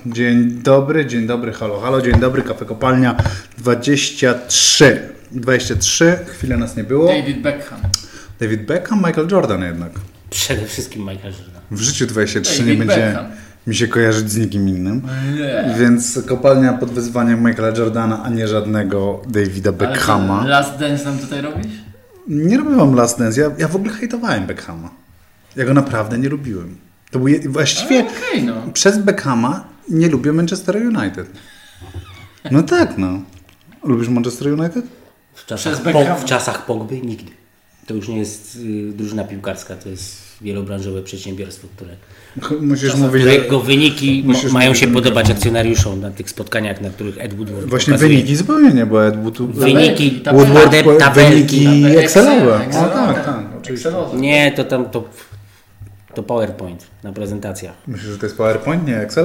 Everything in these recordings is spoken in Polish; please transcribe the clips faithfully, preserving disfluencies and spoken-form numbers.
Dzień dobry, dzień dobry, halo, halo, dzień dobry, Kafe Kopalnia dwadzieścia trzy. dwadzieścia trzy, chwilę nas nie było. David Beckham. David Beckham, Michael Jordan jednak. Przede wszystkim Michael Jordan. W życiu dwadzieścia trzy David nie będzie Beckham. mi się kojarzyć z nikim innym. Nie. Więc kopalnia pod wyzwaniem Michaela Jordana, a nie żadnego Davida Beckhama. Ale Last Dance nam tutaj robisz? Nie robiłam Last Dance, ja, ja w ogóle hejtowałem Beckhama. Ja go naprawdę nie lubiłem. To był je, właściwie Ale okej, no. przez Beckhama nie lubię Manchester United. No tak, no. Lubisz Manchester United? W czasach, Przez po, Beckhama. w czasach Pogby nigdy. To już nie jest y, drużyna piłkarska, to jest wielobranżowe przedsiębiorstwo, które Musisz mówić, którego wyniki musisz ma, mają mówić się do podobać mikrofonu. akcjonariuszom na tych spotkaniach, na których Ed Woodward Właśnie pokazuje. wyniki zupełnie nie, bo Ed Wood... Wyniki, Tabelki, Woodward, tabelki, tabelki. wyniki Excel, Excelowe. No Excelowe. tak, tak, oczywiście. Excelowe. Nie, to tam to, to PowerPoint na prezentacjach. Myślisz, że to jest PowerPoint, nie Excel?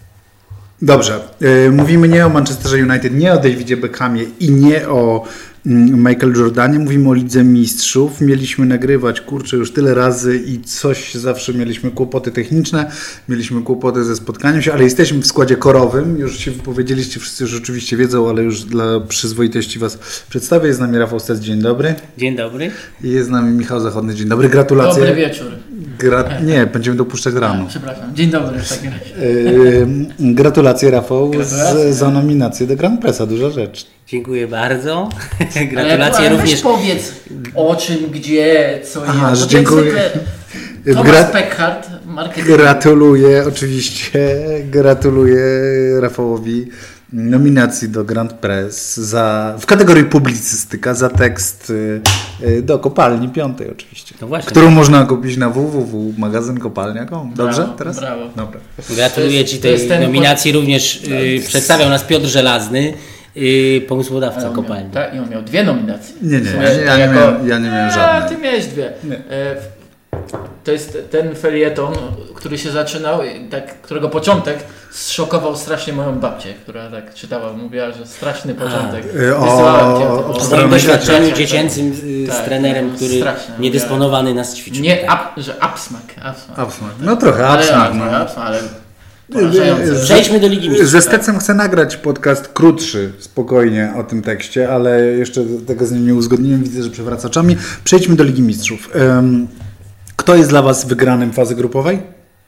Dobrze. Yy, mówimy nie o Manchesterze United, nie o Davidzie Beckhamie i nie o mm, Michael Jordanie. Mówimy o Lidze Mistrzów. Mieliśmy nagrywać, kurczę, już tyle razy i coś zawsze mieliśmy kłopoty techniczne, mieliśmy kłopoty ze spotkaniem się, ale jesteśmy w składzie korowym. Już się wypowiedzieliście, wszyscy już oczywiście wiedzą, ale już dla przyzwoitości Was przedstawię. Jest z nami Rafał Stec, dzień dobry. Dzień dobry. I jest z nami Michał Zachodny, dzień dobry. Gratulacje. Dobry wieczór. Gra... Nie, będziemy dopuszczać rano. Przepraszam. Dzień dobry w takim razie. Yy, gratulacje Rafał Gratulacje. z, za nominację do Grand Pressa, duża rzecz. Dziękuję bardzo. Ale, Gratulacje ale również. weź powiedz o czym, gdzie, co Aha, jest. że Bo to dziękuję. jak zwykle Thomas Gra... Peckhardt, marketing. Gratuluję, oczywiście, gratuluję Rafałowi nominacji do Grand Press za, w kategorii publicystyka za tekst y, y, do Kopalni Piątej oczywiście, No właśnie. którą można kupić na w w w kropka magazyn kopalnia kropka com. Dobrze Brawo, teraz? brawo. Dobra. Gratuluję To jest- Ci to jest tej ten nominacji. Również y, przedstawiał nas Piotr Żelazny, y, pomysłodawca Ale on miał- kopalni. Tak, i on miał dwie nominacje. Nie, nie, W ja, sumie ja, nie jako- miałem, ja nie miałem A, żadnej. ty miałeś dwie. Nie. E, w- To jest ten felieton, który się zaczynał, i tak, którego początek zszokował strasznie moją babcię, która tak czytała, mówiła, że straszny początek. y, o- Wysyłałem cię o- to. o W Stronę swoim doświadczeniu Tak, tak. dziecięcym y, z Tak, trenerem, no, który straszne, niedysponowany nas ćwiczył. Nie, Tak. ab, że absmak. absmak. Absmak. No trochę Ale, absmak. ale, no. absmak, ale porażające. Z- Przejdźmy do Ligi Mistrzów. Ze Stecem chcę nagrać podcast krótszy, spokojnie o tym tekście, ale jeszcze tego z nim nie uzgodniłem, widzę, że przewraca oczami. Przejdźmy do Ligi Mistrzów. Um, kto jest dla Was wygranym fazy grupowej?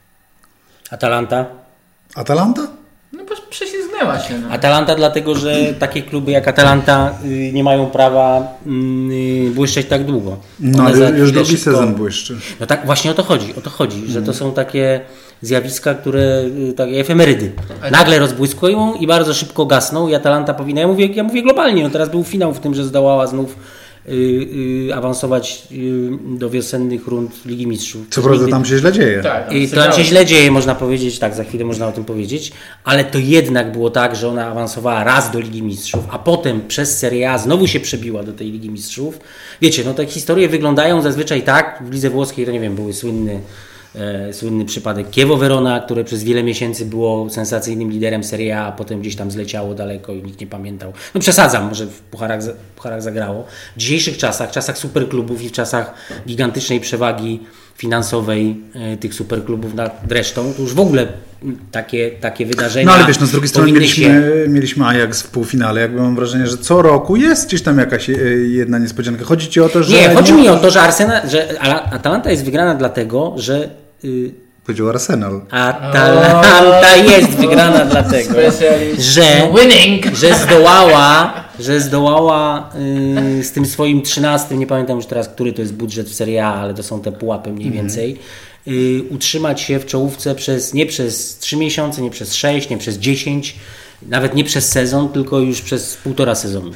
Atalanta. Atalanta? No bo prześlizgnęła się. No. Atalanta dlatego, że takie kluby jak Atalanta y, nie mają prawa y, błyszczeć tak długo. No, One za już, już chwilę drugi szybko- sezon błyszczy. No tak, właśnie o to chodzi, o to chodzi, że to są takie zjawiska, które, y, takie efemerydy. Nagle rozbłyskują i bardzo szybko gasną i Atalanta powinna, ja mówię, ja mówię globalnie, no teraz był finał w tym, że zdołała znów y, y, awansować y, do wiosennych rund Ligi Mistrzów. Co prawda Nigdy- tam się źle dzieje. Tak, tam I to nam się źle dzieje, można powiedzieć, tak, za chwilę można o tym powiedzieć, ale to jednak było tak, że ona awansowała raz do Ligi Mistrzów, a potem przez Serie A znowu się przebiła do tej Ligi Mistrzów. Wiecie, no te historie wyglądają zazwyczaj tak, w lidze włoskiej to nie wiem, były słynny, e, słynny przypadek Chievo Verona, które przez wiele miesięcy było sensacyjnym liderem Serie A, a potem gdzieś tam zleciało daleko i nikt nie pamiętał. No przesadzam, może w pucharach, za- pucharach zagrało. W dzisiejszych czasach, czasach superklubów i w czasach gigantycznej przewagi finansowej e, tych superklubów nad resztą, to już w ogóle m, takie, takie wydarzenia. No ale wiesz, no z drugiej strony powinny mieliśmy, mieliśmy Ajax w półfinale. Jakby mam wrażenie, że co roku jest gdzieś tam jakaś e, jedna niespodzianka. Chodzi Ci o to, że... Nie, chodzi mi o to, że Arsenal, że Atalanta jest wygrana dlatego, że y, Powiedział Arsenal. Atalanta jest wygrana dlatego, Specjalist że, winning. że zdołała, że zdołała y, z tym swoim trzynastym, nie pamiętam już teraz, który to jest budżet w Serie A, ale to są te pułapy mniej więcej, y, utrzymać się w czołówce przez, nie przez trzy miesiące, nie przez sześć, nie przez dziesięć, nawet nie przez sezon, tylko już przez półtora sezonu.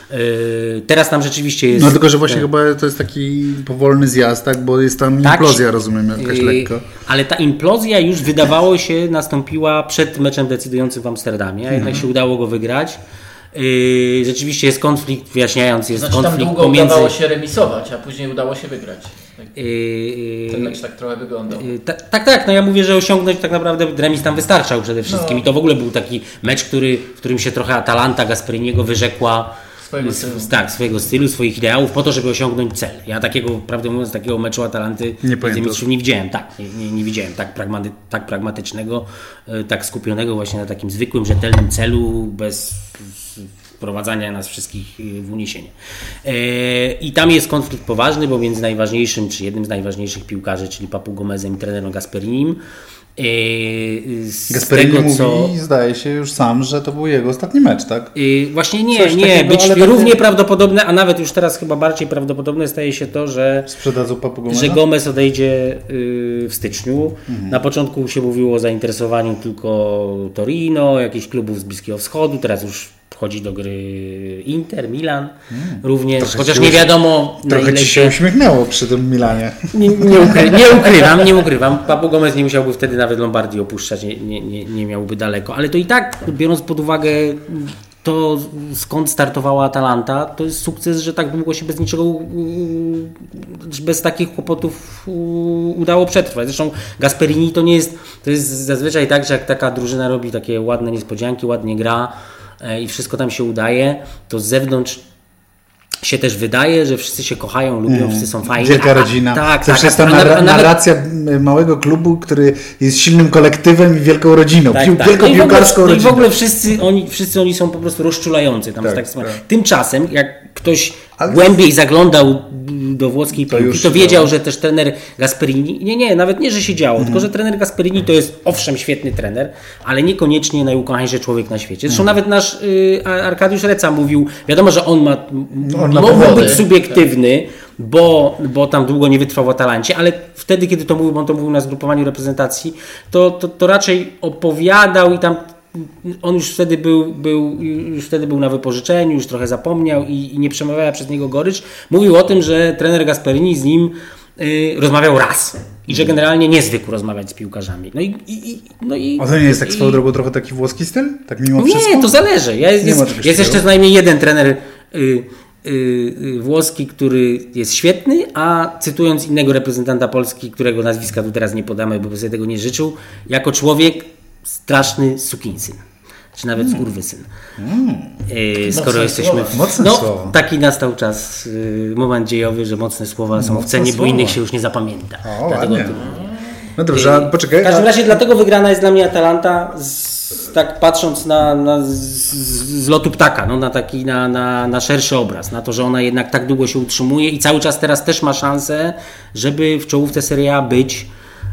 Y, teraz tam rzeczywiście jest... No tylko, że właśnie chyba to jest taki powolny zjazd, tak? Bo jest tam Tak, implozja, rozumiem, jakaś Yy, lekko. Ale ta implozja już wydawało się nastąpiła przed meczem decydującym w Amsterdamie, a jednak Mhm. się udało go wygrać. Yy, rzeczywiście jest konflikt, wyjaśniając, jest Znaczy tam konflikt długo pomiędzy... udawało się remisować, a później udało się wygrać. Tak, Yy, ten mecz tak trochę wyglądał. yy, ta, tak, tak, no ja mówię, że osiągnąć tak naprawdę remis tam wystarczał przede wszystkim No. i to w ogóle był taki mecz, który, w którym się trochę Atalanta Gasperiniego wyrzekła Swojego stylu. Tak, swojego stylu, swoich ideałów, po to, żeby osiągnąć cel. Ja takiego, prawdę mówiąc, takiego meczu Atalanty nie, mistrzów nie widziałem. Tak, nie, nie, nie widziałem tak, pragmaty, tak pragmatycznego, tak skupionego właśnie na takim zwykłym, rzetelnym celu, bez wprowadzania nas wszystkich w uniesienie. I tam jest konflikt poważny, bo między najważniejszym, czy jednym z najważniejszych piłkarzy, czyli Papu Gomezem i trenerem Gasperinim. Z Gasperini tego, mówi, co... zdaje się już sam, że to był jego ostatni mecz, tak? Yy, właśnie nie, Coś nie. Takiego, być równie tak... prawdopodobne, a nawet już teraz chyba bardziej prawdopodobne staje się to, że sprzedadzą Papu Gomeza? Że Gomez odejdzie yy, w styczniu. Mhm. Na początku się mówiło o zainteresowaniu tylko Torino, jakichś klubów z Bliskiego Wschodu, teraz już wchodzi do gry Inter, Milan hmm. również, trochę chociaż nie wiadomo trochę na ile ci się, się uśmiechnęło przy tym Milanie. Nie, nie, ukry, nie ukrywam, nie ukrywam. Papu Gomez nie musiałby wtedy nawet Lombardii opuszczać, nie, nie, nie, nie miałby daleko, ale to i tak, biorąc pod uwagę to, skąd startowała Atalanta, to jest sukces, że tak długo się bez niczego, bez takich kłopotów udało przetrwać. Zresztą Gasperini to nie jest, to jest zazwyczaj tak, że jak taka drużyna robi takie ładne niespodzianki, ładnie gra, i wszystko tam się udaje, to z zewnątrz się też wydaje, że wszyscy się kochają, lubią, mm. wszyscy są fajni. Wielka rodzina. A, tak, Zawsze tak, jest ta narra- narracja małego klubu, który jest silnym kolektywem i wielką rodziną. Tak, Pił- tak. Wielką I piłkarską ogóle, rodziną. I w ogóle wszyscy oni, wszyscy oni są po prostu rozczulający. Tam tak, tak. Tymczasem, jak ktoś Ale... głębiej zaglądał do włoskiej to piłki, to wiedział, to... że też trener Gasperini, nie, nie, nawet nie, że się działo, mm. tylko że trener Gasperini to jest owszem świetny trener, ale niekoniecznie najukochańszy człowiek na świecie. Zresztą mm. nawet nasz y, Arkadiusz Reca mówił, wiadomo, że on ma, on ma mógł być subiektywny, tak. bo, bo tam długo nie wytrwał w Atalancie, ale wtedy, kiedy to mówił, bo on to mówił na zgrupowaniu reprezentacji, to, to, to raczej opowiadał i tam on już wtedy był, był, już wtedy był na wypożyczeniu, już trochę zapomniał i, i nie przemawiała przez niego gorycz. Mówił o tym, że trener Gasperini z nim y, rozmawiał raz i że generalnie nie zwykł rozmawiać z piłkarzami. No i, i, no i, A to nie jest tak swoją drogą trochę taki włoski styl? Tak mimo nie, wszystko? Nie, to zależy. Ja jest, jest, jest jeszcze co najmniej jeden trener y, y, y, włoski, który jest świetny, a cytując innego reprezentanta Polski, którego nazwiska tu teraz nie podamy, bo by sobie tego nie życzył, jako człowiek straszny sukinsyn. Czy nawet mm. skurwysyn. Mm. Yy, skoro mocne jesteśmy w... Mocne no, słowa. Taki nastał czas, yy, moment dziejowy, że mocne słowa mocne są w cenie, słowa. Bo innych się już nie zapamięta. O, dlatego to... No dobrze, yy, poczekaj. W każdym razie dlatego wygrana jest dla mnie Atalanta, z, tak patrząc na, na z, z lotu ptaka, no, na taki na, na, na szerszy obraz, na to, że ona jednak tak długo się utrzymuje i cały czas teraz też ma szansę, żeby w czołówce Serie A być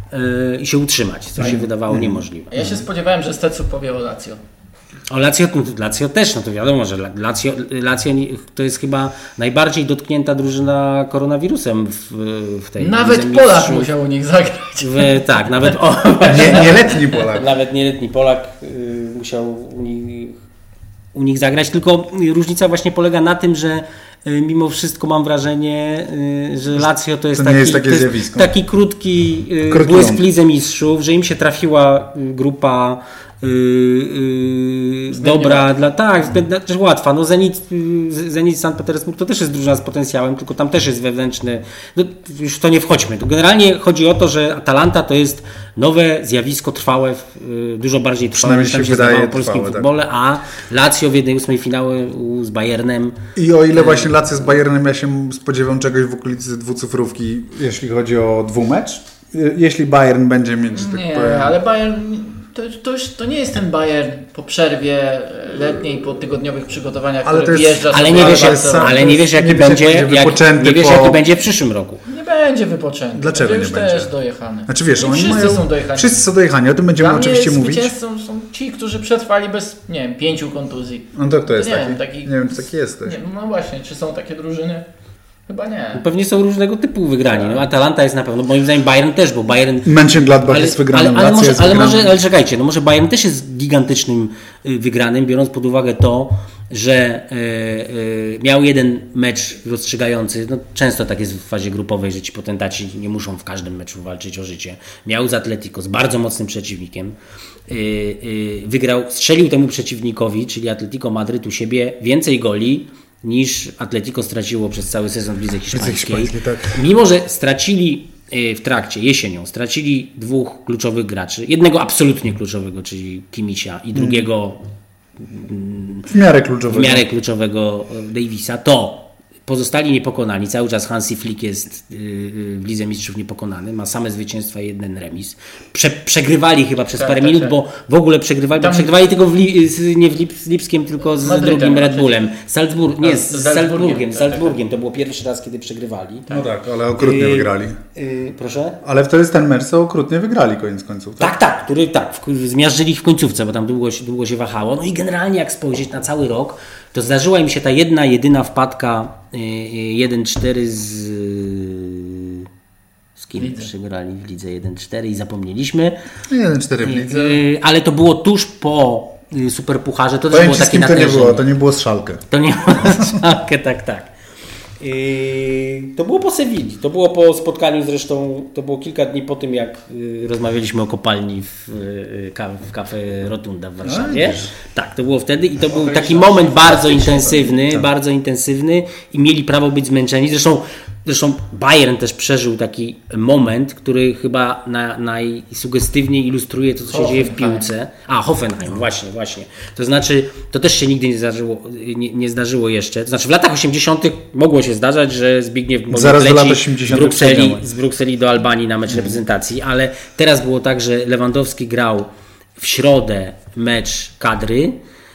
i się utrzymać, co się wydawało mm. niemożliwe. Ja się spodziewałem, że Stecu powie o Lazio. O Lazio, Lazio też, no to wiadomo, że Lazio, Lazio to jest chyba najbardziej dotknięta drużyna koronawirusem w, w tej Nawet Polak musiał u nich zagrać. W, tak, nawet o, Nie, nieletni Polak. Nawet nieletni Polak y, musiał u nich, u nich zagrać, tylko różnica właśnie polega na tym, że mimo wszystko mam wrażenie, że Lazio to jest, to taki, jest takie to jest zjawisko. taki krótki błysk w lidze mistrzów, że im się trafiła grupa Yy, yy, dobra, dla, tak, też łatwa. No Zenit, Zenit Sankt Petersburg to też jest drużyna z potencjałem, tylko tam też jest wewnętrzny. No, już w to nie wchodźmy. To generalnie chodzi o to, że Atalanta to jest nowe zjawisko trwałe, yy, dużo bardziej trwałe niż tam się zdawało w polskim tak. futbole, a Lazio w jednej ósmej finały z Bayernem. I o ile właśnie Lazio z Bayernem ja się spodziewam czegoś w okolicy dwucyfrówki, jeśli chodzi o dwumecz, jeśli Bayern będzie mieć... Nie, tak powiem, ale Bayern... To, to, już, to nie jest ten Bayern po przerwie letniej, po tygodniowych przygotowaniach, ale który jest, wjeżdża ale nie wiesz, jak, ale nie wiesz, jaki nie będzie, jak, nie wiesz, po... jaki będzie w przyszłym roku. Nie będzie wypoczęty. Dlaczego będzie nie już będzie? też dojechany. Znaczy wiesz, oni wszyscy mają, są dojechani. Wszyscy są dojechani, o tym będziemy Dla oczywiście mnie mówić. Zwycięzcą są ci, którzy przetrwali bez, nie wiem, pięciu kontuzji. No to kto jest nie taki? Wiem, taki? Nie wiem, czy taki jesteś. Nie, no właśnie, czy są takie drużyny? Chyba nie. No pewnie są różnego typu wygrani. No, Atalanta jest na pewno, moim zdaniem Bayern też, bo Bayern... Mönchengladbach jest wygranym, ale, ale, może, jest ale, może, ale czekajcie, no może Bayern też jest gigantycznym wygranym, biorąc pod uwagę to, że e, e, miał jeden mecz rozstrzygający, no często tak jest w fazie grupowej, że ci potentaci nie muszą w każdym meczu walczyć o życie. Miał z Atletico, z bardzo mocnym przeciwnikiem. E, e, wygrał, strzelił temu przeciwnikowi, czyli Atletico Madryt u siebie więcej goli niż Atletico straciło przez cały sezon w lidze hiszpańskiej. Tak. Mimo, że stracili w trakcie, jesienią, stracili dwóch kluczowych graczy. Jednego absolutnie kluczowego, czyli Kimisia i drugiego w miarę kluczowego, w miarę kluczowego Davisa, to pozostali niepokonani. Cały czas Hansi Flick jest w Lidze Mistrzów niepokonany. Ma same zwycięstwa i jeden remis. Prze, przegrywali chyba przez tak, parę tak, minut, tak. bo w ogóle przegrywali. Tam... Przegrywali tylko w Li, nie w Lip, z Lipskiem, tylko z Madrytem, drugim Red Bullem. Salzburg, nie, z, z Salzburgiem. Tak, Salzburgiem. To było pierwszy raz, kiedy przegrywali. No tak, ale okrutnie yy, wygrali. Yy, proszę? Ale wtedy ten mecz co okrutnie wygrali koniec końców. Tak, tak, tak który tak, w, zmiażdżyli ich w końcówce, bo tam długo, długo się wahało. No i generalnie jak spojrzeć na cały rok, to zdarzyła im się ta jedna, jedyna wpadka jeden cztery z... Z kim Lidze. Przegrali w Lidze jeden cztery i zapomnieliśmy. jeden cztery w Lidze. Ale to było tuż po Superpucharze. To też było takie to nie było, to nie było z Szalkę. To nie było z Szalkę, tak, tak. Yy, to było po Sewilli, to było po spotkaniu zresztą, to było kilka dni po tym, jak yy, rozmawialiśmy o kopalni w, yy, ka, w Cafe Rotunda w Warszawie. No, tak, to było wtedy i to był taki moment bardzo intensywny, tak. bardzo intensywny i mieli prawo być zmęczeni. Zresztą, zresztą Bayern też przeżył taki moment, który chyba na, najsugestywniej ilustruje to, co się dzieje w piłce. A, Hoffenheim, właśnie, właśnie. To znaczy, to też się nigdy nie zdarzyło, nie, nie zdarzyło jeszcze. To znaczy w latach osiemdziesiątych mogło się zdarzać, że Zbigniew Zaraz leci do lat osiemdziesiątych z Brukseli, z Brukseli do Albanii na mecz hmm. reprezentacji, ale teraz było tak, że Lewandowski grał w środę mecz kadry.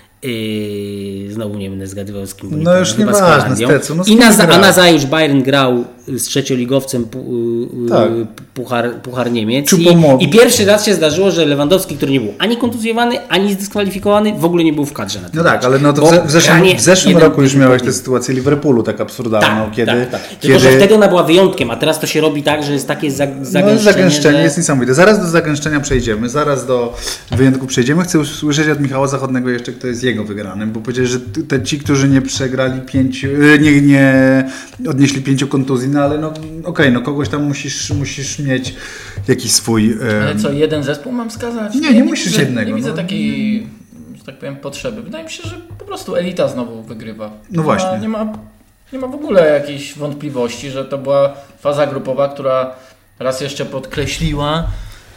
Yy, znowu nie będę zgadywał z kim. No już nieważne, Stecu. No I na, a nazajutrz Bayern grał z trzecioligowcem pu, tak. puchar, puchar Niemiec. I, I pierwszy raz się zdarzyło, że Lewandowski, który nie był ani kontuzjowany, ani zdyskwalifikowany, w ogóle nie był w kadrze. Na no tak, ale no to w zeszłym, w zeszłym roku już miałeś tę sytuację Liverpoolu tak absurdalną, tak, kiedy, tak, tak. Tylko, kiedy... że wtedy ona była wyjątkiem, a teraz to się robi tak, że jest takie zagęszczenie. No, zagęszczenie że... jest niesamowite. Zaraz do zagęszczenia przejdziemy, zaraz do wyjątku przejdziemy. Chcę usłyszeć od Michała Zachodnego jeszcze, kto jest jego wygranym, bo powiedziałeś, że te ci, którzy nie przegrali pięciu, nie, nie odnieśli pięciu kontuzji, no ale no okej, okay, no kogoś tam musisz, musisz mieć jakiś swój... Um... Ale co, jeden zespół mam wskazać? Nie, nie, nie musisz widzę, jednego. Nie widzę no. takiej, że tak powiem, potrzeby. Wydaje mi się, że po prostu elita znowu wygrywa. No nie właśnie. Ma, nie, ma, nie ma w ogóle jakichś wątpliwości, że to była faza grupowa, która raz jeszcze podkreśliła,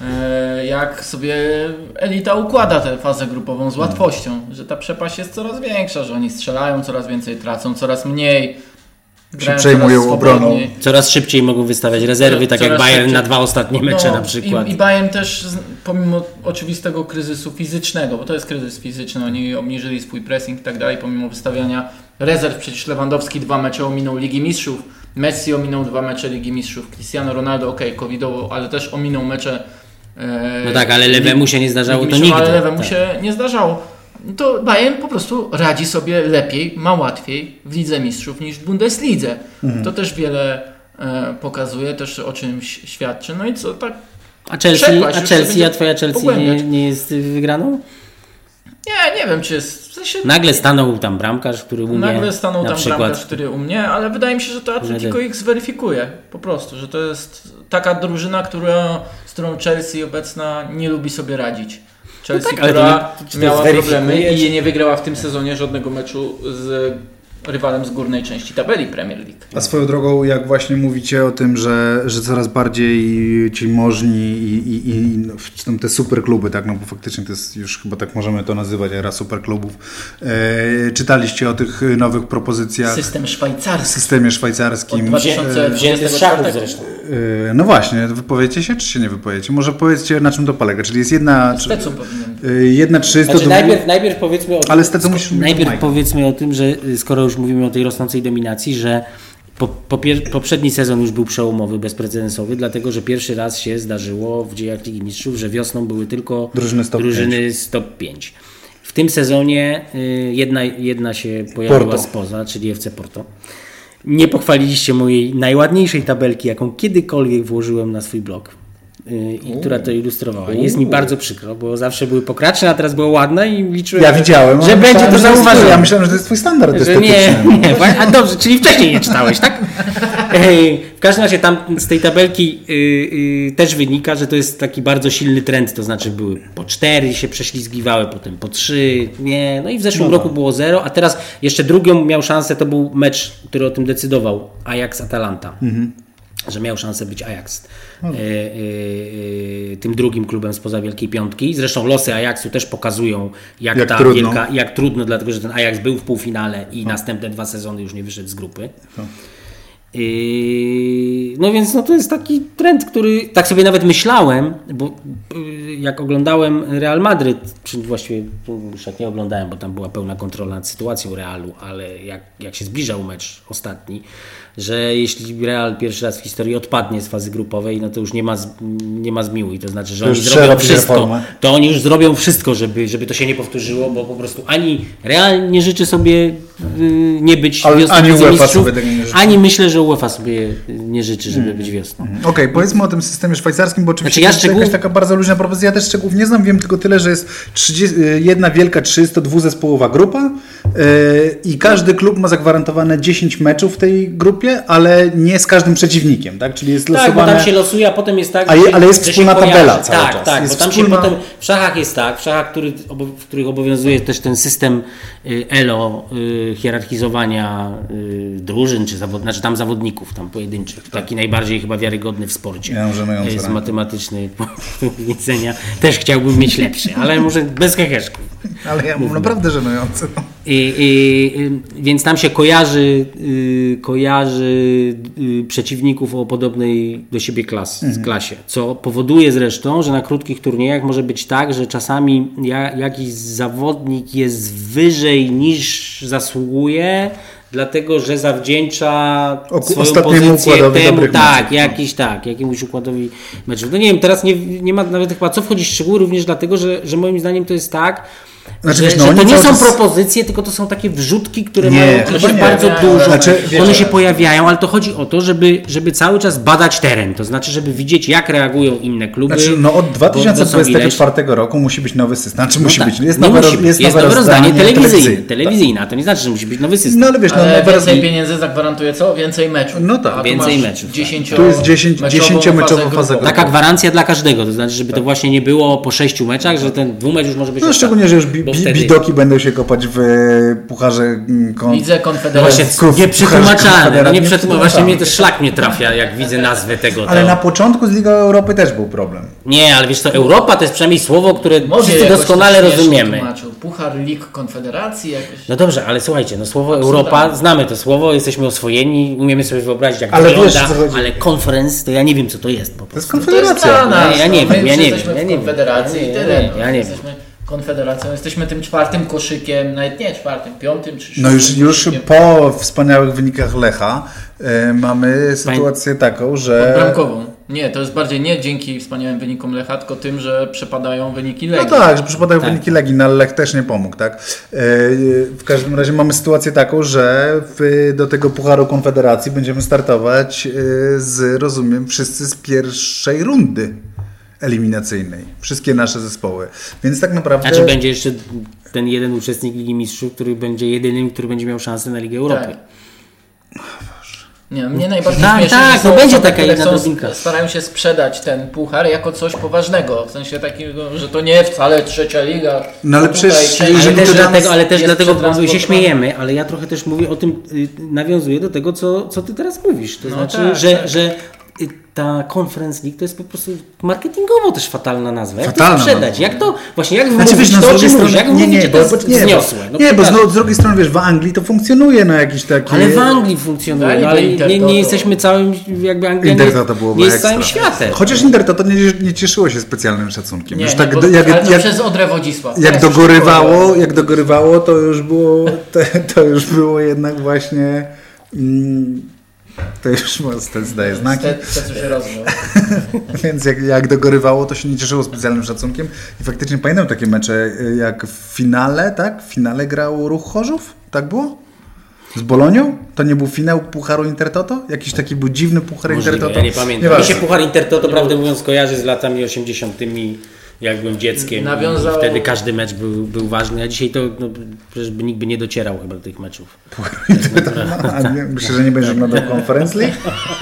jak sobie elita układa tę fazę grupową z łatwością, że ta przepaść jest coraz większa, że oni strzelają, coraz więcej tracą, coraz mniej się przejmują obroną. Coraz szybciej mogą wystawiać rezerwy, tak jak Bayern szybciej. Na dwa ostatnie mecze no, na przykład. I, I Bayern też pomimo oczywistego kryzysu fizycznego, bo to jest kryzys fizyczny, oni obniżyli swój pressing i tak dalej, pomimo wystawiania rezerw. Przecież Lewandowski dwa mecze ominął Ligi Mistrzów, Messi ominął dwa mecze Ligi Mistrzów, Cristiano Ronaldo okej, okay, covidowo, ale też ominął mecze. No tak, ale lewemu się nie zdarzało to nigdy. Ale lewemu tak. się nie zdarzało. To Bayern po prostu radzi sobie lepiej, ma łatwiej w Lidze Mistrzów niż w Bundeslidze. Mhm. To też wiele e, pokazuje, też o czymś świadczy. No i co, tak A Chelsea, a, Chelsea, a twoja Chelsea nie, nie jest wygraną? Nie, nie wiem, czy jest... W sensie, nagle stanął tam bramkarz, który umie. Nagle stanął tam przykład. bramkarz, który umie, ale wydaje mi się, że to Atletico ich zweryfikuje. Po prostu, że to jest taka drużyna, która, z którą Chelsea obecna nie lubi sobie radzić. Chelsea, no tak, która to, miała problemy i nie wygrała w tym sezonie żadnego meczu z rywalem z górnej części tabeli Premier League. A swoją drogą, jak właśnie mówicie o tym, że, że coraz bardziej ci możni i, i, i no, te super kluby, tak, no bo faktycznie to jest już chyba tak możemy to nazywać, era super klubów. E, czytaliście o tych nowych propozycjach? System szwajcarski. Systemie szwajcarskim. Od dwa tysiące dwudziestego czwartego zresztą. E, no właśnie, wypowiecie się, czy się nie wypowiecie? Może powiedzcie, na czym to polega? Czyli jest jedna... Stecą powinien. E, jedna trzysta... Znaczy, najpierw, najpierw powiedzmy o tym, ale Stecą musisz najpierw powiedzmy o tym, że skoro już mówimy o tej rosnącej dominacji, że po, po pier- poprzedni sezon już był przełomowy, bezprecedensowy, dlatego że pierwszy raz się zdarzyło w dziejach Ligi Mistrzów, że wiosną były tylko drużyny z top drużyny pięć. z top pięć. W tym sezonie y, jedna, jedna się pojawiła Porto. spoza, czyli F C Porto. Nie pochwaliliście mojej najładniejszej tabelki, jaką kiedykolwiek włożyłem na swój blog. I U. która to ilustrowała. Jest mi bardzo przykro, bo zawsze były pokraczne, a teraz było ładne i liczyłem, ja widziałem, że będzie to zauważone. Ja myślałem, że to jest twój standard estetyczny. Nie, nie, a dobrze, czyli wcześniej nie czytałeś, tak? W każdym razie tam z tej tabelki yy, yy, też wynika, że to jest taki bardzo silny trend, to znaczy były po cztery się prześlizgiwały, potem po trzy, nie, no i w zeszłym no roku było zero, a teraz jeszcze drugą miał szansę, to był mecz, który o tym decydował, Ajax-Atalanta. Mhm. że miał szansę być Ajax hmm. y, y, y, tym drugim klubem spoza Wielkiej Piątki. Zresztą losy Ajaxu też pokazują, jak, jak, ta trudno. Wielka, jak trudno, dlatego że ten Ajax był w półfinale i hmm. następne dwa sezony już nie wyszedł z grupy. Hmm. Y, no więc no to jest taki trend, który tak sobie nawet myślałem, bo y, jak oglądałem Real Madryt, czy właściwie już jak nie oglądałem, bo tam była pełna kontrola nad sytuacją Realu, ale jak, jak się zbliżał mecz ostatni, że jeśli Real pierwszy raz w historii odpadnie z fazy grupowej, no to już nie ma, z, nie ma zmiłuj. To znaczy, że to oni zrobią wszystko. Reformę. To oni już zrobią wszystko, żeby, żeby to się nie powtórzyło, bo po prostu ani Real nie życzy sobie y, nie być wiosną ani UEFA mistrzów, sobie tego nie życzy. Ani myślę, że UEFA sobie nie życzy, żeby hmm. być wiosną. Hmm. Okej, okay, powiedzmy o tym systemie szwajcarskim, bo oczywiście znaczy, ja szczegół... jakaś taka bardzo luźna propozycja. Ja też szczegółów nie znam, wiem tylko tyle, że jest trzydzieści, jedna wielka trzydziestodwuzespołowa grupa yy, i każdy klub ma zagwarantowane dziesięć meczów w tej grupie, ale nie z każdym przeciwnikiem, tak? Czyli jest tak, losowane... bo tam się losuje, a potem jest tak... A je, ale jest wspólna tabela cały tak, czas. Tak, jest bo tam wspólna... się potem... W szachach jest tak, w szachach, który, w których obowiązuje też ten system E L O, hierarchizowania drużyn, czy zawod... znaczy tam zawodników, tam pojedynczych. Taki najbardziej chyba wiarygodny w sporcie. Ja z rank. matematycznej punktu widzenia. Też chciałbym mieć lepszy, ale może bez heheszków. Ale ja mam naprawdę żenujący. I, i, więc tam się kojarzy, y, kojarzy y, przeciwników o podobnej do siebie klas, mhm. klasie, co powoduje zresztą, że na krótkich turniejach może być tak, że czasami ja, jakiś zawodnik jest wyżej niż zasługuje, dlatego że zawdzięcza o, swoją pozycję temu, tak, meczów. jakiś tak, jakiemuś układowi meczów. No nie wiem, teraz nie, nie ma nawet chyba co wchodzić w szczegóły, również dlatego, że, że moim zdaniem to jest tak, Znaczy, że, wiesz, no, że to nie są czas... propozycje, tylko to są takie wrzutki, które nie, mają oczywiście bardzo nie, dużo. Znaczy, one wiecie, się pojawiają, ale to chodzi o to, żeby, żeby cały czas badać teren. To znaczy, żeby widzieć, jak reagują inne kluby. Znaczy, no od dwa tysiące dwudziestego czwartego roku musi być nowy system. Znaczy, no musi tak, być. Jest nowe, musi być. Jest jest nowe rozdanie telewizyjne. telewizyjne. To nie znaczy, że musi być nowy system. No ale wiesz, no, ale nowe więcej pieniędzy zagwarantuje co? Więcej meczów. No tak. Więcej meczów. dziesięcio tu jest dziesięciomeczową fazę grupową. Taka gwarancja dla każdego. To znaczy, żeby to właśnie nie było po sześciu meczach, że ten dwumecz już może być. No szczególnie, że już bidoki będą się kopać w pucharze kon... Widzę Konfederacji. No nieprzetłumaczalne. No nie przetłumaczalne. Właśnie mnie też szlak mnie trafia, jak widzę nazwę tego. To... Ale na początku z Ligą Europy też był problem. Nie, ale wiesz co, Europa to jest przynajmniej słowo, które Może wszyscy doskonale rozumiemy. Tłumaczył. Puchar Lig Konfederacji jakoś. No dobrze, ale słuchajcie, no słowo Europa, znamy to słowo, jesteśmy oswojeni, umiemy sobie wyobrazić, jak ale wygląda, wiesz, ale konferenc, to ja nie wiem, co to jest po prostu. To jest Konfederacja. To jest nas, ja nie no, wiem, ja nie wiem. Ja nie wiem. Konfederacji i tyle. Ja nie wiem. Konfederacją. Jesteśmy tym czwartym koszykiem, nawet nie czwartym, piątym czy szóstym. No już, już po wspaniałych wynikach Lecha y, mamy sytuację taką, że... Podbramkową. Nie, to jest bardziej nie dzięki wspaniałym wynikom Lecha, tylko tym, że przepadają wyniki Legii. No tak, że przepadają tak. wyniki Legii, no ale Lech też nie pomógł, tak? Y, w każdym razie mamy sytuację taką, że w, do tego Pucharu Konfederacji będziemy startować y, z, rozumiem, wszyscy z pierwszej rundy eliminacyjnej. Wszystkie nasze zespoły. Więc tak naprawdę... A czy będzie jeszcze ten jeden uczestnik Ligi Mistrzów, który będzie jedynym, który będzie miał szansę na Ligę Europy? Tak. Nie, mnie najbardziej tak, śmieszy, tak, że są no będzie osoby, taka jedna drobinka. Starają się sprzedać ten puchar jako coś poważnego. W sensie takiego, że to nie wcale trzecia liga. No ale przecież... Ale też dlatego, ale też dlatego się śmiejemy, ale ja trochę też mówię o tym, nawiązuję do tego, co, co ty teraz mówisz. To no znaczy, tak, że... Tak. że ta Conference League to jest po prostu marketingowo też fatalna nazwa. Jak fatalna, to sprzedać? No. Jak to, właśnie jak znaczy, wymówić wiesz, to, no, o czym mówisz? Jak nie, nie, to bo, jest nie, zniosłe? No, nie, bo z, z drugiej strony, wiesz, w Anglii to funkcjonuje na jakiś taki... Ale w Anglii funkcjonuje, no, ale nie, nie jesteśmy całym, jakby Anglia Inter nie, to było nie jest całym światem. Chociaż Inter to, to nie, nie cieszyło się specjalnym szacunkiem. Nie, już nie, tak, bo, do, jak, ale to jak, przez Odrę Wodzisław. Jak dogorywało, jak dogorywało, to już było, to, to już było jednak właśnie... Mm, to już ten zdaje znaki. To się rozumie. Więc jak, jak dogorywało, to się nie cieszyło specjalnym szacunkiem. I faktycznie pamiętam takie mecze, jak w finale, tak? W finale grał Ruch Chorzów? Tak było? Z Bolonią? To nie był finał Pucharu Intertoto? Jakiś taki był dziwny Puchar Intertoto? Ja nie pamiętam. Mi się Puchar Intertoto, prawdę mówiąc, kojarzy z latami osiemdziesiątymi jak byłem dzieckiem. Nawiązał... Wtedy każdy mecz był, był ważny, a dzisiaj to no, przecież by nikt by nie docierał chyba do tych meczów. Myślę, że nie będziesz oglądał Conference League?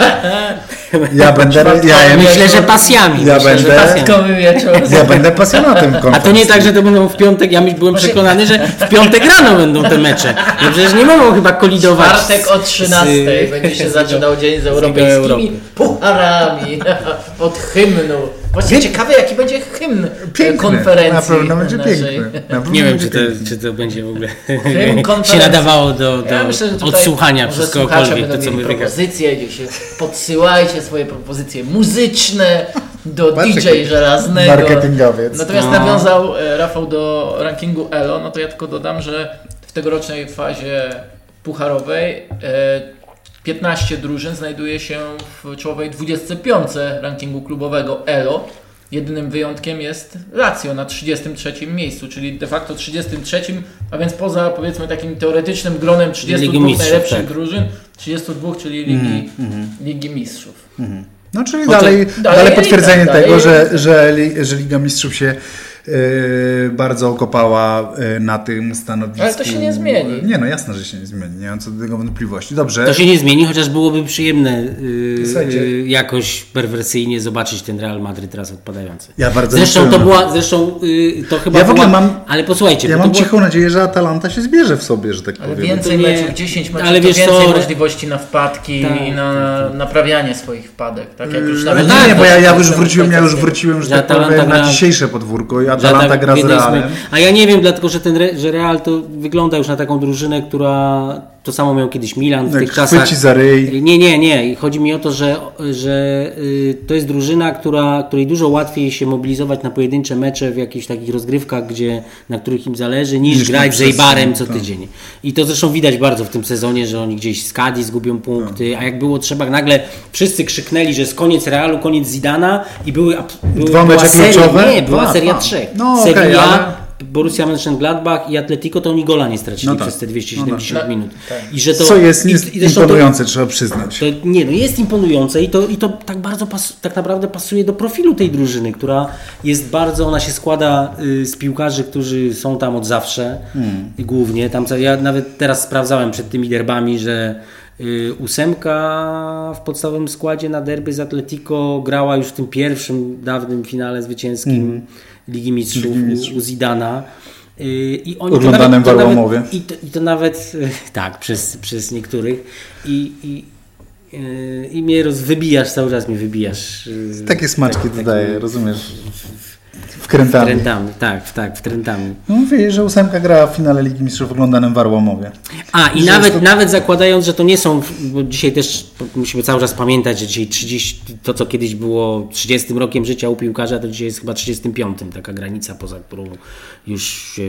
Ja będę... Ja, ja myślę, że pasjami. Ja myślę, będę, że ja będę pasjonatem A to nie tak, że to będą w piątek, ja byłem przekonany, że w piątek rano będą te mecze. No przecież nie mogą chyba kolidować. Czwartek o trzynastej będzie się zaczynał dzień z europejskimi pucharami od hymnu. Właśnie ciekawe, jaki będzie hymn piękny, konferencji. Na pewno będzie piękny. Nie wiem, czy to, czy to będzie w ogóle się nadawało do, do ja myślę, odsłuchania przez kogokolwiek, to co my propozycje, gdzieś podsyłajcie swoje propozycje muzyczne do D J Żelaznego. Marketingowiec. Natomiast no. nawiązał Rafał do rankingu Elo, no to ja tylko dodam, że w tegorocznej fazie pucharowej piętnaście drużyn znajduje się w czołowej dwudziestce piątce rankingu klubowego Elo. Jedynym wyjątkiem jest Lazio na trzydziestym trzecim miejscu, czyli de facto trzydziestym trzecim, a więc poza powiedzmy takim teoretycznym gronem trzydziestu dwóch Mistrzów, najlepszych tak. drużyn, trzydziestu dwóch, czyli Ligi, mm, Ligi Mistrzów. Mm. No czyli Potem, dalej, dalej, dalej potwierdzenie Liga, tego, dalej że, że, że Liga Mistrzów się Yy, bardzo okopała yy, na tym stanowisku. Ale to się nie zmieni. Nie, no jasne, że się nie zmieni. Nie mam co do tego wątpliwości. Dobrze. To się nie zmieni, chociaż byłoby przyjemne yy, yy, jakoś perwersyjnie zobaczyć ten Real Madryt teraz odpadający. Ja bardzo Zresztą to była, zresztą yy, to chyba ja w ogóle była, mam, ale posłuchajcie. Ja mam była... cichą nadzieję, że Atalanta się zbierze w sobie, że tak ale powiem. więcej nie... meczów, dziesięć meczów, ale to wiesz więcej to... możliwości na wpadki tak, i na tak, tak. naprawianie swoich wpadek. Tak jak już nawet nie, nie, bo ja, ja już wróciłem, ja już wróciłem, że tak powiem, na dzisiejsze podwórko i Atalanta gra z Realem. A ja nie wiem, dlatego że ten że Real to wygląda już na taką drużynę, która to samo miał kiedyś Milan w jak tych czasach. Chwyci za ryj. Nie, nie, nie. Chodzi mi o to, że, że y, to jest drużyna, która, której dużo łatwiej się mobilizować na pojedyncze mecze w jakichś takich rozgrywkach, gdzie, na których im zależy, niż, niż grać z Eibarem co tydzień. Tak. I to zresztą widać bardzo w tym sezonie, że oni gdzieś z Cadiz zgubią punkty, tak. a jak było trzeba, nagle wszyscy krzyknęli, że jest koniec Realu, koniec Zidana i były, były dwa mecze kluczowe? Nie, była a, seria a. trzech. No, Sevilla, okay, ale... Borussia Mönchengladbach i Atletico to oni gola nie stracili no tak. przez te dwieście siedemdziesiąt no minut. Tak. I że to, Co jest i, i imponujące, to, trzeba przyznać. To, nie, no jest imponujące i to, i to tak bardzo pas, tak naprawdę pasuje do profilu tej drużyny, która jest bardzo, ona się składa y, z piłkarzy, którzy są tam od zawsze hmm. i głównie. Tam, ja nawet teraz sprawdzałem przed tymi derbami, że y, ósemka w podstawowym składzie na derby z Atletico grała już w tym pierwszym dawnym finale zwycięskim hmm. Ligi Mistrzów, Ligi Mistrzów. U, u Zidana. I oni oglądanym w Arłamowie. I to, I to nawet, tak, przez, przez niektórych. I, i, i mnie roz, wybijasz, cały czas mnie wybijasz. Takie smaczki tak, dodaję, tak, rozumiesz? Wkrętami. Wkrętami, tak, tak, wkrętami. No mówię, że ósemka gra w finale Ligi Mistrzów oglądanym w Arłamowie. A i nawet, to... nawet zakładając, że to nie są, bo dzisiaj też musimy cały czas pamiętać, że dzisiaj trzydzieści, to co kiedyś było trzydziestym rokiem życia u piłkarza, to dzisiaj jest chyba trzydziestym piątym, taka granica, poza którą już się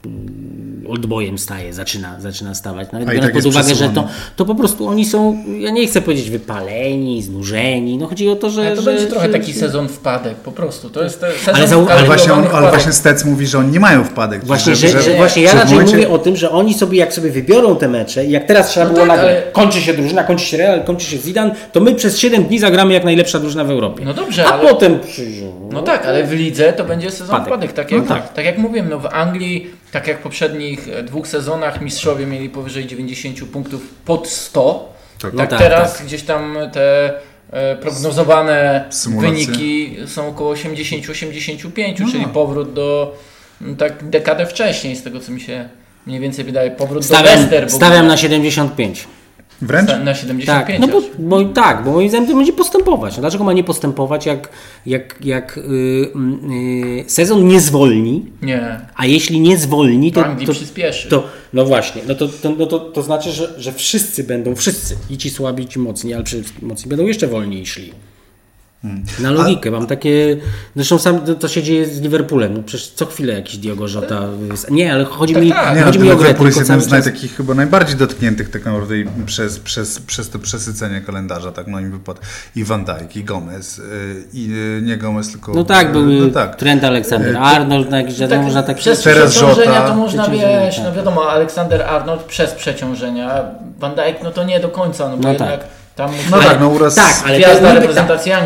oldboyem staje, zaczyna, zaczyna stawać. Nawet biorąc tak pod uwagę, że to, to po prostu oni są, ja nie chcę powiedzieć wypaleni, znużeni, no chodzi o to, że... Ale to że, będzie że, trochę że, taki że... sezon wpadek, po prostu. To jest sezon ale, za, ale, właśnie, on, ale właśnie Stec mówi, że oni nie mają wpadek. Właśnie, że, że, że, właśnie ja raczej momencie... mówię o tym, że oni sobie, jak sobie wybiorą te mecze i jak teraz trzeba no było tak, nagle, ale... kończy się drużyna, kończy się Real, kończy się Zidane, to my przez siedem dni zagramy jak najlepsza drużyna w Europie. No dobrze, a ale... potem przyjdą. No tak, ale w lidze to będzie sezon wpadek. wpadek. Tak jak, no tak. tak jak mówiłem, no w Anglii, tak jak w poprzednich dwóch sezonach mistrzowie mieli powyżej dziewięćdziesiąt punktów pod sto, tak, tak no teraz tak. gdzieś tam te e, prognozowane Symulacje. wyniki są około osiemdziesiąt osiemdziesiąt pięć, no. czyli powrót do tak dekadę wcześniej, z tego co mi się mniej więcej wydaje, powrót stawiam, do Leicester. Stawiam na siedemdziesiąt pięć. Wręcz? Na siedemdziesiąt pięć. Tak, no bo, bo, tak, bo moim zdaniem to będzie postępować. No dlaczego ma nie postępować, jak, jak, jak yy, yy, sezon nie zwolni? Nie. A jeśli nie zwolni, to... to, przyspieszy. To, no właśnie, no to, to, no to, to znaczy, że, że wszyscy będą, wszyscy, i ci słabi, i ci mocni, ale przede wszystkim mocni, będą jeszcze wolniej szli. Hmm. Na logikę, A... mam takie... Zresztą sam to, to się dzieje z Liverpoolem. No przecież co chwilę jakiś Diogo Jota... Nie, ale chodzi tak, mi, tak. Nie, chodzi no, mi o grę. Liverpool jest jednym z najtakich chyba najbardziej dotkniętych tak naprawdę przez, przez, przez to przesycenie kalendarza, tak moim wypadku. I Van Dijk, i Gomez, i nie Gomez, tylko... No tak, był no, tak. Trent Alexander-Arnold, na jakiś tak, można tak... Przez teraz przeciążenia Jota. to można, wiesz, tak. no wiadomo, Alexander-Arnold przez przeciążenia, Van Dijk no to nie do końca, no bo no jednak... Tak. Tam no tak, no uraz... Tak, ale gwiazda reprezentacji tak. Anglii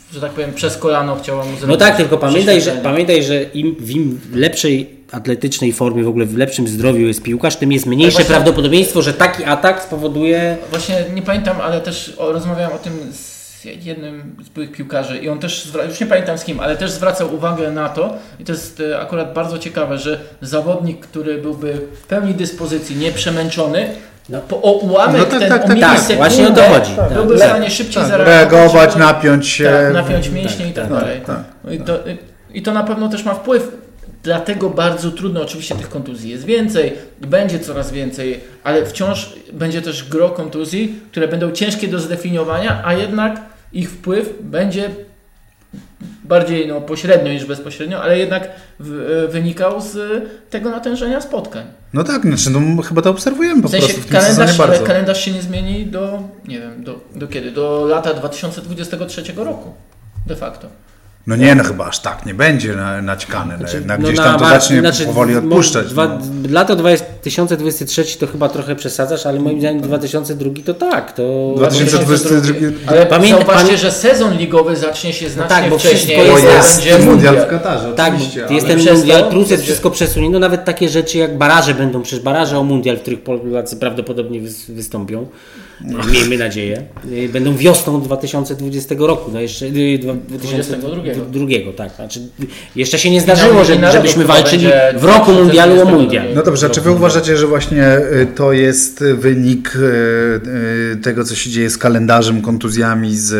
że tak powiem, przez kolano chciała mu zrobić. No tak, tylko pamiętaj, że, pamiętaj, że im w im lepszej atletycznej formie, w ogóle w lepszym zdrowiu jest piłkarz, tym jest mniejsze właśnie, prawdopodobieństwo, że taki atak spowoduje... Właśnie nie pamiętam, ale też o, rozmawiałem o tym z jednym z byłych piłkarzy i on też, już nie pamiętam z kim, ale też zwracał uwagę na to i to jest akurat bardzo ciekawe, że zawodnik, który byłby w pełni dyspozycji, nieprzemęczony, no, po, o ułamek no tak, ten, tak, o tak, milisekundę, tak, właśnie o to chodzi. Tak, byłby w stanie szybciej tak, zareagować. Reagować, żeby, napiąć się. Tak, napiąć mięśnie tak, i tak, tak dalej. Tak, tak. No i, to, I to na pewno też ma wpływ. Dlatego bardzo trudno, oczywiście tych kontuzji jest więcej i będzie coraz więcej, ale wciąż będzie też gro kontuzji, które będą ciężkie do zdefiniowania, a jednak ich wpływ będzie bardziej no, pośrednio niż bezpośrednio, ale jednak w, wynikał z tego natężenia spotkań. No tak, znaczy, no, chyba to obserwujemy po w sensie prostu w tym kalendarz, bardzo. kalendarz się nie zmieni do, nie wiem, do, do kiedy? Do lata dwa tysiące dwudziestego trzeciego roku de facto. No nie, no chyba aż tak nie będzie naćkany, znaczy, no, gdzieś no tam to na, zacznie znaczy, powoli odpuszczać. Dwa, no. Lato dwa tysiące dwudziesty trzeci to chyba trochę przesadzasz, ale moim zdaniem dwa tysiące drugi to tak. To dwa tysiące dwudziesty drugi Ale Pamię... zauważcie, pan... że sezon ligowy zacznie się znacznie no tak, bo wcześniej. Bo jest, będzie mundial w Katarze, tak, oczywiście. Jest ten mundial, plus jest wszystko przesunięte. No nawet takie rzeczy jak baraże będą, przecież baraże o mundial, w których Polacy prawdopodobnie wystąpią. Miejmy nadzieję. Będą wiosną dwa tysiące dwudziestego roku, no jeszcze dwa tysiące drugiego, tak. Znaczy, jeszcze się nie zdarzyło, że, żebyśmy walczyli w roku mundialu o mundial. No dobrze, czy wy uważacie, że właśnie to jest wynik tego, co się dzieje z kalendarzem, kontuzjami, z,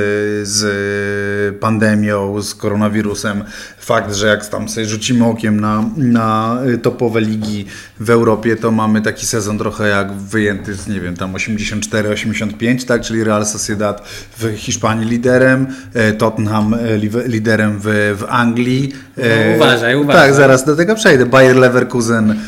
z pandemią, z koronawirusem? Fakt, że jak tam sobie rzucimy okiem na, na topowe ligi w Europie, to mamy taki sezon trochę jak wyjęty z, nie wiem, tam osiemdziesiąt cztery osiemdziesiąt pięć, tak, czyli Real Sociedad w Hiszpanii liderem, Tottenham liderem w, w Anglii. No, uważaj, uważaj. Tak, zaraz do tego przejdę. Bayer Leverkusen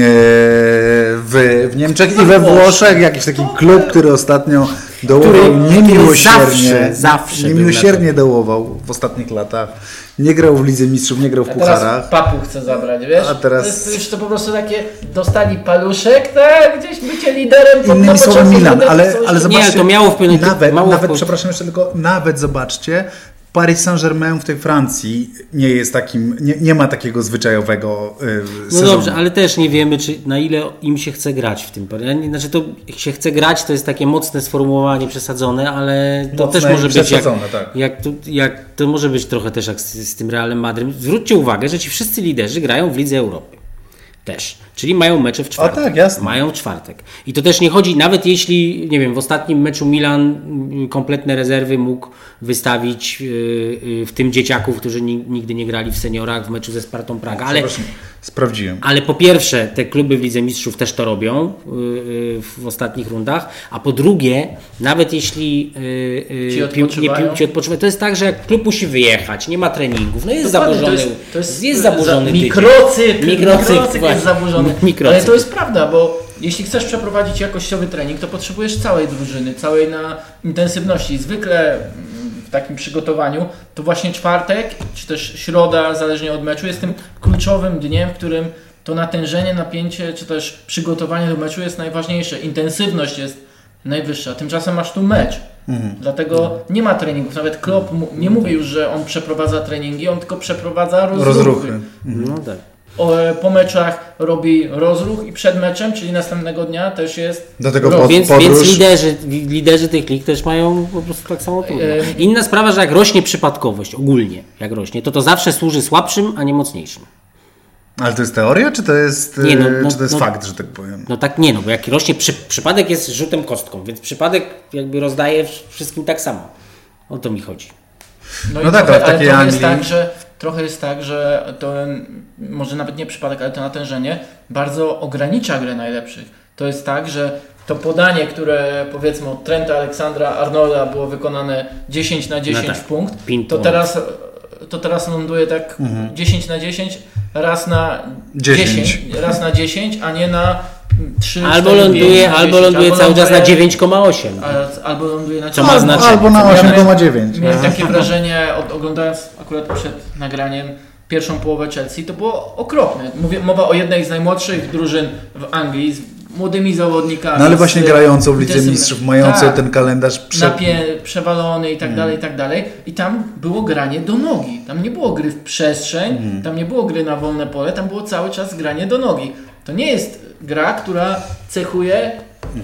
w, w Niemczech i we Włoszech, jakiś taki klub, który ostatnio dołował niemiłosiernie, zawsze, zawsze niemiłosiernie dołował w ostatnich latach. Nie grał w Lidze Mistrzów, nie grał w a pucharach. Teraz papu chce zabrać, wiesz? A teraz... To jest już to po prostu takie, dostali paluszek, tak? Gdzieś bycie liderem. Innymi na słowy Milan, ale, ale zobaczcie, nie, to miało wpływ, nawet, mało nawet wpływ. przepraszam jeszcze tylko, nawet zobaczcie, Paris Saint-Germain w tej Francji nie jest takim, nie, nie ma takiego zwyczajowego yy, no sezonu. dobrze, ale też nie wiemy, czy na ile im się chce grać w tym. Znaczy to się chce grać, to jest takie mocne sformułowanie przesadzone, ale to mocne też może być jak, tak. jak, to, jak to może być trochę też jak z, z tym Realem Madryt. Zwróćcie uwagę, że ci wszyscy liderzy grają w Lidze Europy. Też. Czyli mają mecze w czwartek. A tak, jasne. Mają w czwartek. I to też nie chodzi, nawet jeśli, nie wiem, w ostatnim meczu Milan kompletne rezerwy mógł wystawić yy, w tym dzieciaków, którzy nigdy nie grali w seniorach w meczu ze Spartą Praga. Ale, sprawdziłem. Ale po pierwsze, te kluby w Lidze Mistrzów też to robią yy, w ostatnich rundach, a po drugie, nawet jeśli yy, ci odpoczywają. Nie, ci odpoczywają, to jest tak, że jak klub musi wyjechać, nie ma treningów, no jest Dokładnie, zaburzony, to jest, to jest, jest zaburzony tydzień. Mikrocyk, mikrocyk, mikrocyk jest zaburzony. Mikrocyk. Ale to jest prawda, bo jeśli chcesz przeprowadzić jakościowy trening, to potrzebujesz całej drużyny, całej na intensywności. Zwykle w takim przygotowaniu to właśnie czwartek, czy też środa, zależnie od meczu, jest tym kluczowym dniem, w którym to natężenie, napięcie, czy też przygotowanie do meczu jest najważniejsze. Intensywność jest najwyższa. Tymczasem masz tu mecz. Mhm. Dlatego nie ma treningów. Nawet Klopp nie mówi już, że on przeprowadza treningi, on tylko przeprowadza rozruchy. rozruchy. Mhm. No tak. O, po meczach robi rozruch i przed meczem, czyli następnego dnia też jest do tego pod, więc, więc liderzy, liderzy tych lig też mają po prostu tak samo trudno. Inna sprawa, że jak rośnie przypadkowość ogólnie, jak rośnie, to to zawsze służy słabszym, a nie mocniejszym. Ale to jest teoria, czy to jest, nie, no, no, czy to jest no, fakt, że tak powiem? No tak nie, no bo jak rośnie, przy, przypadek jest rzutem kostką, więc przypadek jakby rozdaje wszystkim tak samo. O to mi chodzi. No, no tak, trochę, ale trochę Anglii... jest tak, że trochę jest tak, że to może nawet nie przypadek, ale to natężenie bardzo ogranicza grę najlepszych. To jest tak, że to podanie, które powiedzmy od Trenta Aleksandra Arnolda było wykonane dziesięć na dziesięć no tak. w punkt, to teraz, to teraz ląduje tak mhm. dziesięć na dziesięć raz na dziesięć, raz na dziesięć, a nie na trzy, albo cztery, ląduje, pięć, albo ląduje albo cały ląduje, czas na dziewięć przecinek osiem. Albo ląduje na co ma znaczenie. Albo na osiem przecinek dziewięć. Miałem takie wrażenie, od, oglądając akurat przed nagraniem pierwszą połowę Chelsea, to było okropne. Mówię, mowa o jednej z najmłodszych drużyn w Anglii, młodymi zawodnikami. No ale właśnie z, grającą w Lidze Mistrzów, mającą tak, ten kalendarz prze... napie, przewalony i tak dalej, i tak dalej. I tam było granie do nogi. Tam nie było gry w przestrzeń, mm. tam nie było gry na wolne pole, tam było cały czas granie do nogi. To nie jest gra, która cechuje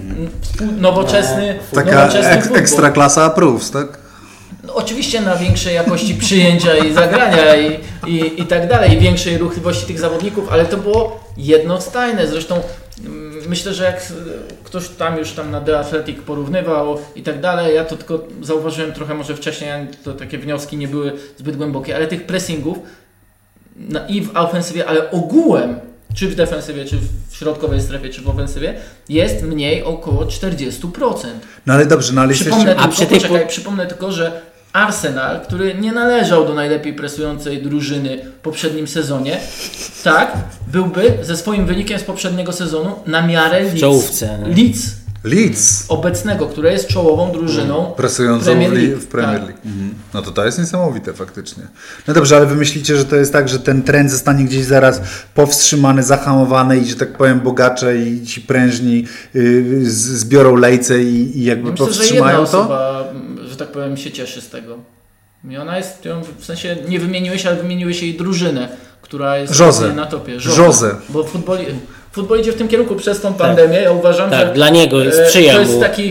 mm. nowoczesny, Taka nowoczesny ek, ekstra klasa approves, tak? No, oczywiście na większej jakości przyjęcia i zagrania i, i, i tak dalej, i większej ruchliwości tych zawodników, ale to było jednostajne. Zresztą myślę, że jak ktoś tam już tam na The Athletic porównywał i tak dalej, ja to tylko zauważyłem trochę może wcześniej, to takie wnioski nie były zbyt głębokie, ale tych pressingów na, i w ofensywie, ale ogółem, czy w defensywie, czy w środkowej strefie, czy w ofensywie, jest mniej około czterdzieści procent. No ale dobrze, no ale przypomnę, jeszcze... tylko, A poczekaj, po... przypomnę tylko, że Arsenal, który nie należał do najlepiej presującej drużyny w poprzednim sezonie, tak, byłby ze swoim wynikiem z poprzedniego sezonu na miarę Leeds. Leeds. Leeds. Obecnego, która jest czołową drużyną mm. presującą Premier League. w Premier League. Tak. Mhm. No to to jest niesamowite faktycznie. No dobrze, ale wy myślicie, że to jest tak, że ten trend zostanie gdzieś zaraz powstrzymany, zahamowany i, że tak powiem, bogacze i ci prężni yy, zbiorą lejce i, i jakby Myślę, powstrzymają że to? Osoba, że tak powiem, się cieszy z tego. I ona jest, w sensie nie wymieniłeś, ale wymieniłeś jej drużynę, która jest Jose. na topie. Jose. Jose. Bo futbol, futbol idzie w tym kierunku przez tą pandemię. Tak. Ja uważam, tak, że dla niego jest sprzyja to jest taki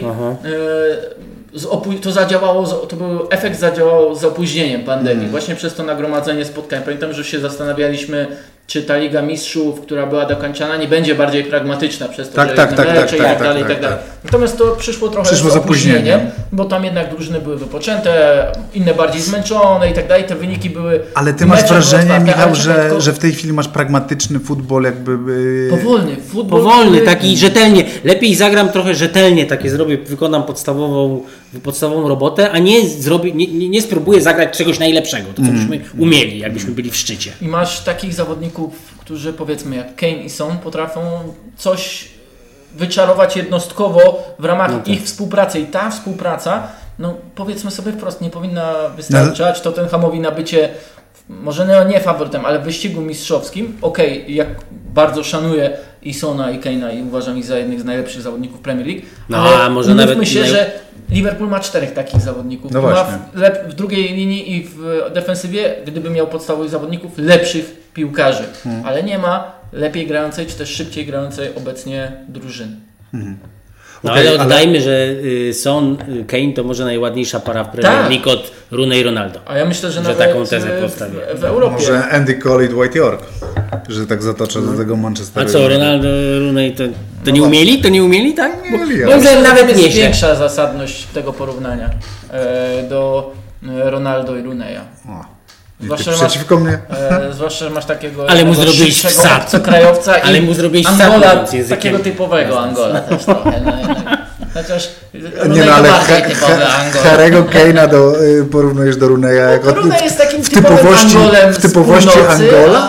e, z opó- to zadziałało, to był efekt zadziałał z opóźnieniem pandemii. Mm. Właśnie przez to nagromadzenie spotkań. Pamiętam, że się zastanawialiśmy, czy ta Liga Mistrzów, która była dokończana, nie będzie bardziej pragmatyczna przez to, tak, że tak, tak, mecze tak, i tak, tak dalej, tak, i tak dalej. tak. Natomiast to przyszło trochę przyszło z opóźnieniem, opóźnieniem, bo tam jednak drużyny były wypoczęte, inne bardziej zmęczone i tak dalej, te wyniki były... Ale ty masz wrażenie, otwarte, Michał, że, tylko... że w tej chwili masz pragmatyczny futbol jakby... Yy... Powolny. Futbol, Powolny, który... taki rzetelnie. Lepiej zagram trochę rzetelnie, takie zrobię, wykonam podstawową, podstawową robotę, a nie, zrobię, nie, nie, nie spróbuję zagrać czegoś najlepszego, to co byśmy mm. umieli, jakbyśmy byli w szczycie. I masz takich zawodników, którzy powiedzmy jak Kane i Son potrafią coś wyczarować jednostkowo w ramach no tak. ich współpracy i ta współpraca, no powiedzmy sobie wprost, nie powinna wystarczać no. Tottenhamowi na bycie może nie faworytem, ale w wyścigu mistrzowskim. Okej, okay, jak bardzo szanuję i Sona i Kane'a i uważam ich za jednych z najlepszych zawodników Premier League, no, ale a może nawet myślę, naj... że Liverpool ma czterech takich zawodników. No ma w, lep, w drugiej linii i w defensywie, gdyby miał podstawowych zawodników, lepszych piłkarzy, hmm. ale nie ma lepiej grającej czy też szybciej grającej obecnie drużyny. Hmm. No okay, ale oddajmy, ale... że Son, Kane to może najładniejsza para w Premier League tak. od Rooney i Ronaldo. A ja myślę, że, że nawet taką tezę postawię. W, w Europie. Może Andy Cole i Dwight York, że tak zatoczę hmm. do tego Manchesteru. A co, Ronaldo, Rooney to, to no nie umieli? To nie umieli, tak? Nie umieli. Bo, myślę, nawet jest nieźle. Większa zasadność tego porównania e, do Ronaldo i Rooney'a. Zwłaszcza przeciwko masz, mnie. E, zwłaszcza, że masz takiego ale mu zrobiłeś wsad. obcokrajowca ale mu zrobiłeś Angola, takiego typowego Angola też trochę. No, no. Chociaż nie no, ale Harry'ego Kane'a do, y, porównujesz do Rooney'a jako no, Rooney jest takim w typowości, w typowości północy, Angola?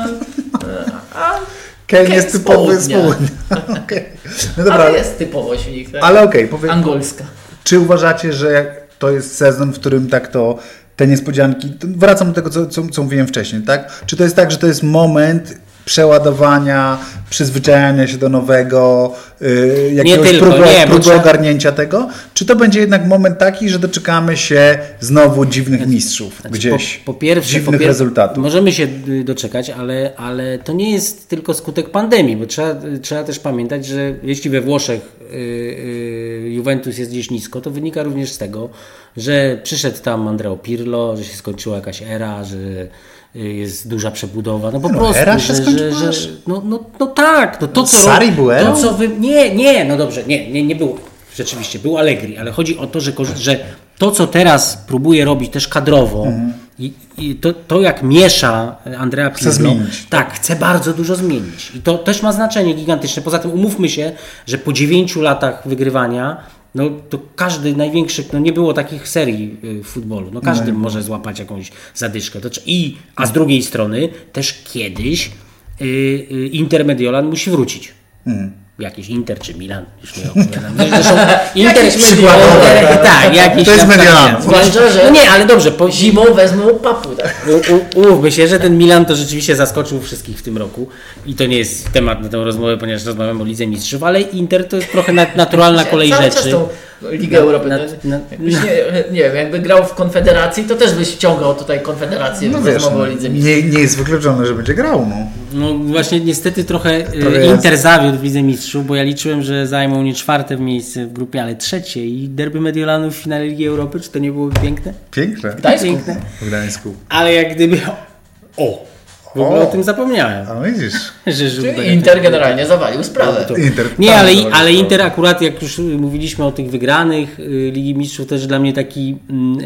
A, a Kane jest typowy z południa. Okay. No dobra, ale jest typowość w nich. Tak? Ale okej, okay, angolska. Czy uważacie, że to jest sezon, w którym tak to te niespodzianki, wracam do tego, co, co, co mówiłem wcześniej, tak? Czy to jest tak, że to jest moment przeładowania, przyzwyczajania się do nowego, yy, jakiegoś tylko, próby, nie, próby trzeba... ogarnięcia tego? Czy to będzie jednak moment taki, że doczekamy się znowu dziwnych znaczy, mistrzów znaczy, gdzieś, po, po pierwsze, dziwnych po pier... rezultatów? Możemy się doczekać, ale, ale to nie jest tylko skutek pandemii, bo trzeba, trzeba też pamiętać, że jeśli we Włoszech yy, yy, Juventus jest gdzieś nisko, to wynika również z tego, że przyszedł tam Andrea Pirlo, że się skończyła jakaś era, że jest duża przebudowa. No po no, prostu, era się że, że, że no, no, no tak, no to co Sarri był to co wy, nie, nie, no dobrze, nie, nie, nie było. Rzeczywiście, był Allegri, ale chodzi o to, że, że to, co teraz próbuje robić też kadrowo mhm. i, i to, to, jak miesza Andrea Pirlo, chce zmienić. Tak, chce bardzo dużo zmienić. I to też ma znaczenie gigantyczne. Poza tym umówmy się, że po dziewięciu latach wygrywania no to każdy największy, no nie było takich serii w futbolu, no każdy no. może złapać jakąś zadyszkę. To, i, a z drugiej strony też kiedyś y, y, Inter Mediolan musi wrócić. Mm. jakiś Inter czy Milan, już nie opowiadam. Zresztą Inter jest przykładowe. Inter, tak, jakiś to jest Mediolanu. Zwłaszcza, że no nie, ale dobrze. Po, zimą wezmą papu. Tak? Umówmy się, że ten Milan to rzeczywiście zaskoczył wszystkich w tym roku i to nie jest temat na tę rozmowę, ponieważ rozmawiamy o Lidze Mistrzów, ale Inter to jest trochę naturalna kolej Cały rzeczy. Czas tą Ligę Europy. Na, na, jakbyś nie, nie wiem, jakby grał w Konfederacji, to też byś wciągał tutaj Konfederację no w wiesz, rozmowę no, o Lidze Mistrzów. Nie, nie jest wykluczone, że będzie grał. No, no właśnie niestety trochę, trochę Inter jest. zawiódł w Lidze Mistrzów, bo ja liczyłem, że zajmą nie czwarte miejsce w grupie, ale trzecie i derby Mediolanu w finale Ligi Europy. Czy to nie byłoby piękne? Piękne. W Gdańsku. Piękne. W Gdańsku. Ale jak gdyby... O! W ogóle o, o tym zapomniałem. A widzisz. Że Czyli Inter generalnie zawalił sprawę. To, Inter, nie, ale, ale Inter akurat, jak już mówiliśmy o tych wygranych y, Ligi Mistrzów, też dla mnie taki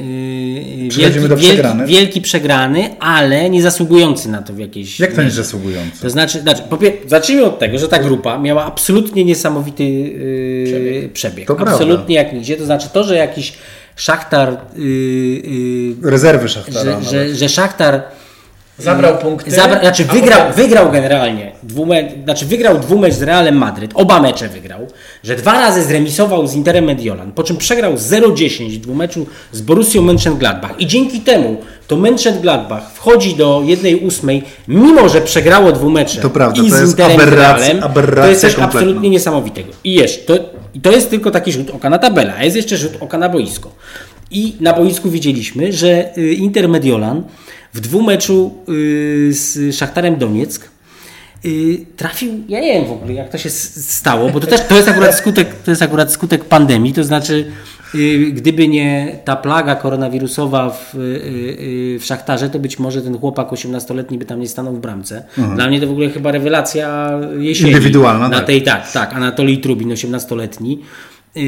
y, wielki, do wielki, wielki przegrany, ale nie zasługujący na to w jakiejś... Jak to nie zasługujący? To znaczy, znaczy popier- zacznijmy od tego, że ta grupa miała absolutnie niesamowity y, przebieg. przebieg. To absolutnie prawda. jak nigdzie. To znaczy to, że jakiś Szachtar... Y, y, Rezerwy Szachtara. Że, że, że Szachtar... Zabrał punkty. Zabra, znaczy wygrał, wygrał generalnie, dwume, znaczy wygrał dwumecz z Realem Madryt, oba mecze wygrał, że dwa razy zremisował z Interem Mediolan, po czym przegrał zero dziesięć w dwumeczu z Borussią Mönchengladbach i dzięki temu to Mönchengladbach wchodzi do jednej ósmej, mimo że przegrało dwumecze to prawda, i to z jest Interem aberracja, Realem, aberracja to jest coś kompletna. absolutnie niesamowitego. I jeszcze, to, to jest tylko taki rzut oka na tabelę, a jest jeszcze rzut oka na boisko. I na boisku widzieliśmy, że Inter Mediolan w dwumeczu yy, z Szachtarem Donieck yy, trafił, ja nie wiem w ogóle jak to się stało, bo to też to jest akurat skutek, to jest akurat skutek pandemii, to znaczy yy, gdyby nie ta plaga koronawirusowa w, yy, w Szachtarze, to być może ten chłopak osiemnastoletni by tam nie stanął w bramce. Mhm. Dla mnie to w ogóle chyba rewelacja jesieni. Indywidualna. Na tak. tej, tak, tak, Anatolij Trubin, osiemnastoletni. Yy,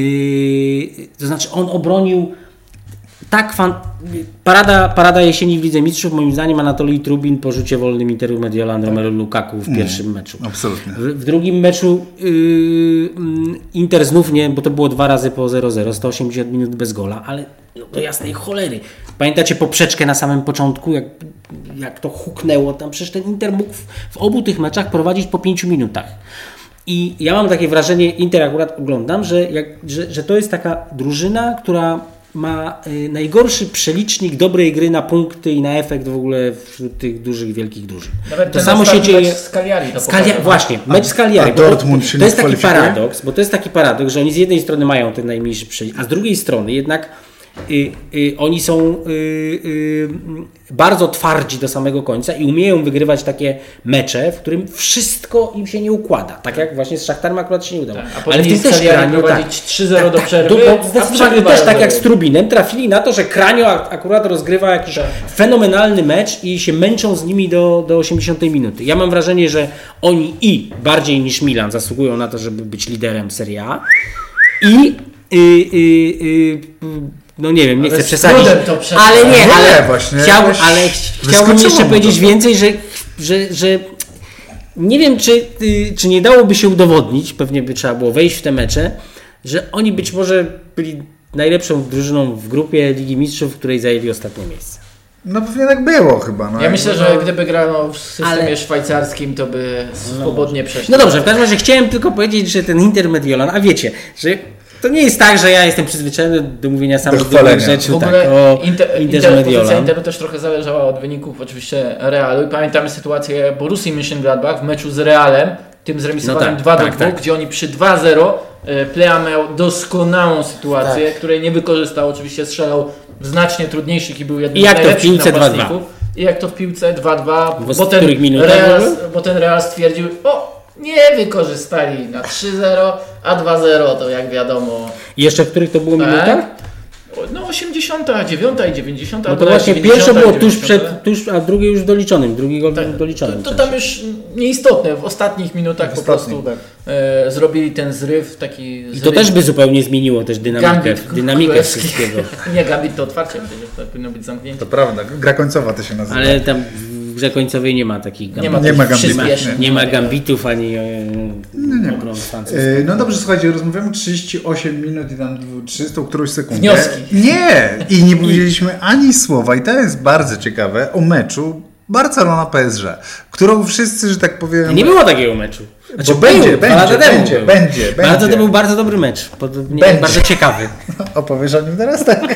to znaczy on obronił tak, fan... parada, parada jesieni w Lidze Mistrzów, moim zdaniem Anatolij Trubin po rzucie wolnym Interu Mediolan, Romelu Lukaku w pierwszym mm, meczu. Absolutnie. W, w drugim meczu yy, Inter znów nie, bo to było dwa razy po zero zero, sto osiemdziesiąt minut bez gola, ale no, do jasnej cholery. Pamiętacie poprzeczkę na samym początku, jak, jak to huknęło tam, przecież ten Inter mógł w, w obu tych meczach prowadzić po pięciu minutach. I ja mam takie wrażenie, Inter akurat oglądam, że, jak, że, że to jest taka drużyna, która ma y, najgorszy przelicznik dobrej gry na punkty i na efekt w ogóle wśród tych dużych, wielkich drużyn. Nawet to samo się dzieje z Cagliari. To z Cagliari właśnie, mecz z Cagliari. A Dortmund się to jest taki kwalifikuje? paradoks, bo to jest taki paradoks, że oni z jednej strony mają ten najmniejszy przelicznik, a z drugiej strony jednak y, y, oni są y, y, bardzo twardzi do samego końca i umieją wygrywać takie mecze, w którym wszystko im się nie układa. Tak jak właśnie z Szachtarem akurat się nie udało. Tak, a ale w tym też Kranio prowadzić trzy zero tak, do przerwy. Tak, zdecydowanie też tak jak z Trubinem trafili na to, że Kranio akurat rozgrywa jakiś tak. fenomenalny mecz i się męczą z nimi do, do osiemdziesiątej minuty. Ja mam wrażenie, że oni i bardziej niż Milan zasługują na to, żeby być liderem Serie A i y, y, y, no nie wiem, nie chcę przesadzić, ale nie, nie ale, właśnie, chciał, ale chciałbym jeszcze powiedzieć to. więcej, że, że, że nie wiem, czy, czy nie dałoby się udowodnić, pewnie by trzeba było wejść w te mecze, że oni być może byli najlepszą drużyną w grupie Ligi Mistrzów, w której zajęli ostatnie miejsce. No pewnie tak było chyba. No. Ja myślę, że no. gdyby grano w systemie ale... szwajcarskim, to by swobodnie przeszli. No dobrze, w każdym razie chciałem tylko powiedzieć, że ten Inter Mediolan, a wiecie, że to nie jest tak, że ja jestem przyzwyczajony do mówienia samych dobrych rzeczy. W ogóle tak, o Inter, Interze Inter, pozycja Interu też trochę zależała od wyników oczywiście Realu i pamiętamy sytuację Borussii Mönchengladbach w meczu z Realem, tym zremisowanym no tak, dwa do tak, dwóch, tak. gdzie oni przy dwa zero Plea miał doskonałą sytuację, tak. której nie wykorzystał, oczywiście strzelał w znacznie trudniejszych i był jednym I jak z to w najlepszych piłce dwa napastników. I jak to w piłce dwa dwa, bo, ten Real, bo ten Real stwierdził, o nie wykorzystali na trzy zero, a dwa zero to jak wiadomo. I jeszcze w których to było tak? minutach? No osiemdziesiąta dziewiąta i dziewięćdziesiąta. No to właśnie pierwsze było tuż przed, tuż, a drugie już doliczonym, drugi gol tak, doliczonym. To, to tam już nieistotne, w ostatnich minutach w po prostu tak. e, zrobili ten zryw taki. I zryw. To też by zupełnie zmieniło też dynamikę, dynamikę wszystkiego. Nie, Gambit to otwarcie, to powinno być zamknięte. To prawda, gra końcowa to się nazywa. Ale tam w grze końcowej nie ma takich gambitów. Nie ma, nie ma gambitów. Nie, nie ma gambitów ani e, nie, nie ma. E, no dobrze, słuchajcie, rozmawiamy trzydzieści osiem minut i tam trzysta którąś sekundę. Wnioski. Nie! I nie powiedzieliśmy ani słowa, i to jest bardzo ciekawe, o meczu Barcelona P S G, którą wszyscy, że tak powiem... Nie było takiego meczu. Znaczy, Bo będzie, był, będzie, będzie, będzie, był. będzie, będzie. Ale to, to był bardzo dobry mecz, nie, bardzo ciekawy. Opowiesz o nim teraz, tak?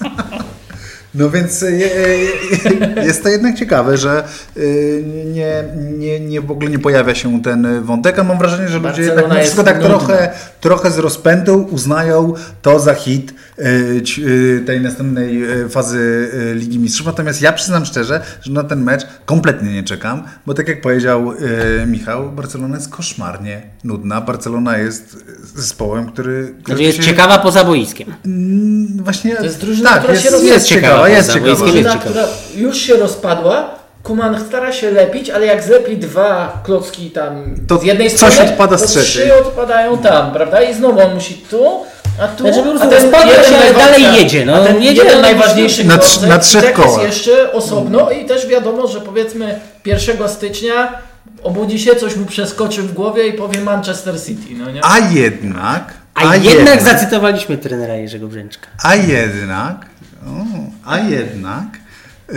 No więc je, je, jest to jednak ciekawe, że nie, nie, nie w ogóle nie pojawia się ten wątek, a mam wrażenie, że ludzie jednak na wszystko tak trochę, trochę z rozpędu uznają to za hit tej następnej fazy Ligi Mistrzów. Natomiast ja przyznam szczerze, że na ten mecz kompletnie nie czekam, bo tak jak powiedział Michał, Barcelona jest koszmarnie nudna. Barcelona jest zespołem, który... który znaczy jest się... ciekawa poza boiskiem. Właśnie, to jest drużyna, tak, która jest, się roz... jest ciekawa. Jest ciekawa. Drużyna, która już się rozpadła, Koeman stara się lepić, ale jak zlepi dwa klocki tam to z jednej coś strony, odpada z to trzeciej. trzy odpadają tam, prawda? I znowu on musi tu, a tu, znaczy, a ten spadła się, ale dalej jedzie. No, a ten jedzie jeden najważniejszy na, klocek, na trzech tak kołach. jest jeszcze osobno i też wiadomo, że powiedzmy pierwszego stycznia obudzi się, coś mu przeskoczy w głowie i powie Manchester City, no nie? A jednak... A, a jednak, jednak zacytowaliśmy trenera Jerzego Brzęczka. A jednak... O, a jednak... Yy,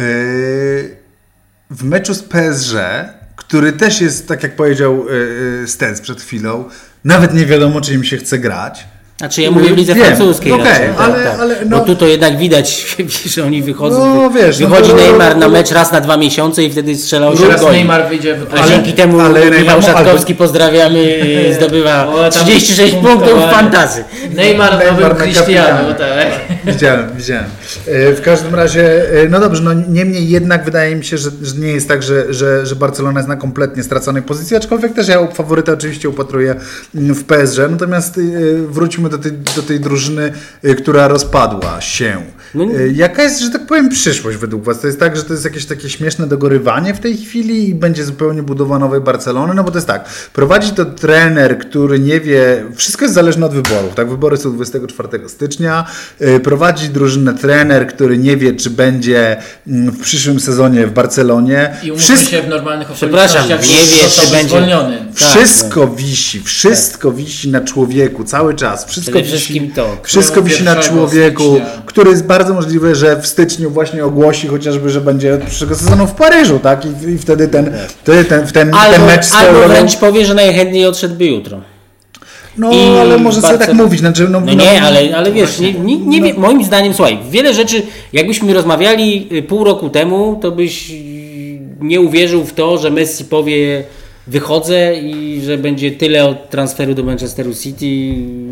w meczu z P S G, który też jest, tak jak powiedział yy, Stec przed chwilą, nawet nie wiadomo, czy im się chce grać. Znaczy ja mówię w lidze Wiem, francuskiej. okay, raczej, ale, tak, tak. ale no, bo tu to jednak widać, że oni wychodzą. No, wiesz, wychodzi no, Neymar no, na mecz raz na dwa miesiące i wtedy strzela osiem Teraz goli. Neymar wyjdzie w A dzięki temu ale Michał Neymar- Szatkowski, pozdrawiamy, zdobywa O, tam trzydzieści sześć punktów w fantasy. Neymar nowym Neymar na Cristiano, kapitanie. tak. Widziałem, widziałem. E, W każdym razie, e, no dobrze, no niemniej jednak wydaje mi się, że, że nie jest tak, że, że, że Barcelona jest na kompletnie straconej pozycji, aczkolwiek też ja faworyta oczywiście upatruję w P S G, natomiast e, wróćmy do tej, do tej drużyny, e, która rozpadła się. No, E, Jaka jest, że tak powiem, przyszłość według Was? To jest tak, że to jest jakieś takie śmieszne dogorywanie w tej chwili i będzie zupełnie budowa nowej Barcelony? No bo to jest tak, prowadzi to trener, który nie wie, wszystko jest zależne od wyborów, tak? Wybory są dwudziestego czwartego stycznia, e, prowadzi drużynę trener, który nie wie, czy będzie w przyszłym sezonie w Barcelonie. I umówmy Wszystko, się w normalnych Przepraszam, okolicznościach, nie wie, czy będzie zwolniony. wszystko wisi, wszystko tak. wisi na człowieku cały czas. Wszystko Przede wisi, wszystkim to. wszystko wisi na człowieku, stycznia. który jest bardzo możliwe, że w styczniu właśnie ogłosi chociażby, że będzie od przyszłego sezonu w Paryżu, tak? I, i wtedy ten, wtedy ten, ten, Albo, ten mecz albo wręcz powie, że najchętniej odszedłby jutro. No, I ale może sobie Barcel... tak mówić. Znaczy, no, no nie, ale, ale wiesz, nie, nie, nie wie, moim zdaniem, słuchaj, wiele rzeczy, jakbyśmy rozmawiali pół roku temu, to byś nie uwierzył w to, że Messi powie wychodzę i że będzie tyle od transferu do Manchesteru City,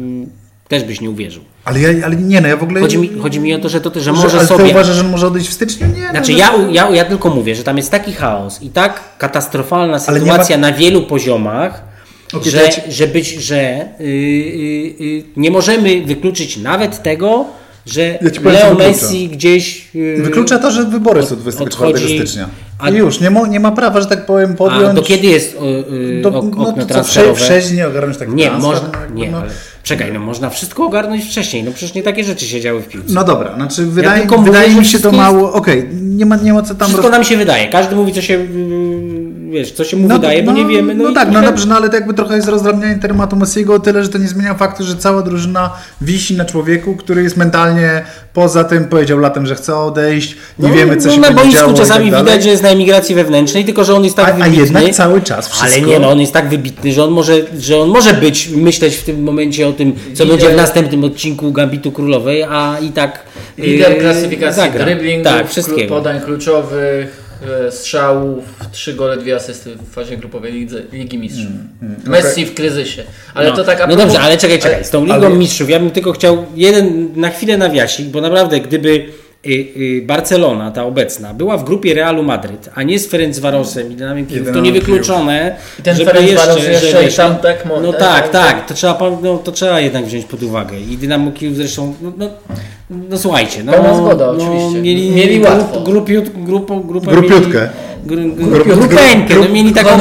też byś nie uwierzył. Ale, ja, ale nie, no ja w ogóle... Chodzi mi, chodzi mi o to, że, to, że, że może ale sobie... ty uważasz, że on może odejść w styczniu? Nie. Znaczy no, ja, ja, ja tylko mówię, że tam jest taki chaos i tak katastrofalna sytuacja ma... na wielu poziomach, okay, że, ci... że, być, że yy, yy, nie możemy wykluczyć nawet tego, że ja Leo Messi gdzieś... Yy, wyklucza to, że wybory są dwudziestego czwartego odchodzi, stycznia. a, I już, nie ma, nie ma prawa, że tak powiem, podjąć... A do kiedy jest yy, do, okno no, transferowe? W sześć dni ogarnąć taki Nie, transfer, można, no, nie no. ale czekaj, no można wszystko ogarnąć wcześniej, no przecież nie takie rzeczy się działy w piłce. No dobra, znaczy wydaje, ja wydaje mówię, mi się to jest... mało... Okej, okay, nie, ma, nie ma co tam... Wszystko roz... nam się wydaje, każdy mówi co się... Wiesz, co się mu no, wydaje, no, bo nie wiemy. No, no tak, i no dobrze, no ale to jakby trochę jest rozdrabnianie tematu Messiego o tyle, że to nie zmienia faktu, że cała drużyna wisi na człowieku, który jest mentalnie poza tym, powiedział latem, że chce odejść, nie no, wiemy co no, się na będzie boisku działo czasami tak widać, że jest na emigracji wewnętrznej, tylko że on jest tak a, wybitny. A jednak cały czas wszystko... Ale nie, no on jest tak wybitny, że on może, że on może być, myśleć w tym momencie o tym, co Lider, będzie w następnym odcinku Gambitu Królowej, a i tak lider yy, klasyfikacji zagra. dribblingu, tak, wszystkiego. podań kluczowych, strzałów, trzy gole, dwie asysty w fazie grupowej Lidze, Ligi Mistrzów. Mm, mm, Messi okay. w kryzysie. Ale no, to tak a no dobrze, ale czekaj, czekaj. Z tą Ligą ale... Mistrzów ja bym tylko chciał jeden na chwilę nawiasik, bo naprawdę gdyby Barcelona, ta obecna, była w grupie Realu Madryt, a nie z Ferencvarosem i Dynamikiem, to niewykluczone, I ten żeby jeszcze, jeszcze że wiesz, tam tak no, no tak, tak, to trzeba, no, to trzeba jednak wziąć pod uwagę. I Dynamo Kijów zresztą, no, no, no słuchajcie, no, pełna zgoda, no, oczywiście. Mieli, mieli łatwo. Grupiut, grupo, grupę Grupiutkę. Mieli, Gru, gru, grupeńkę, no mieli taką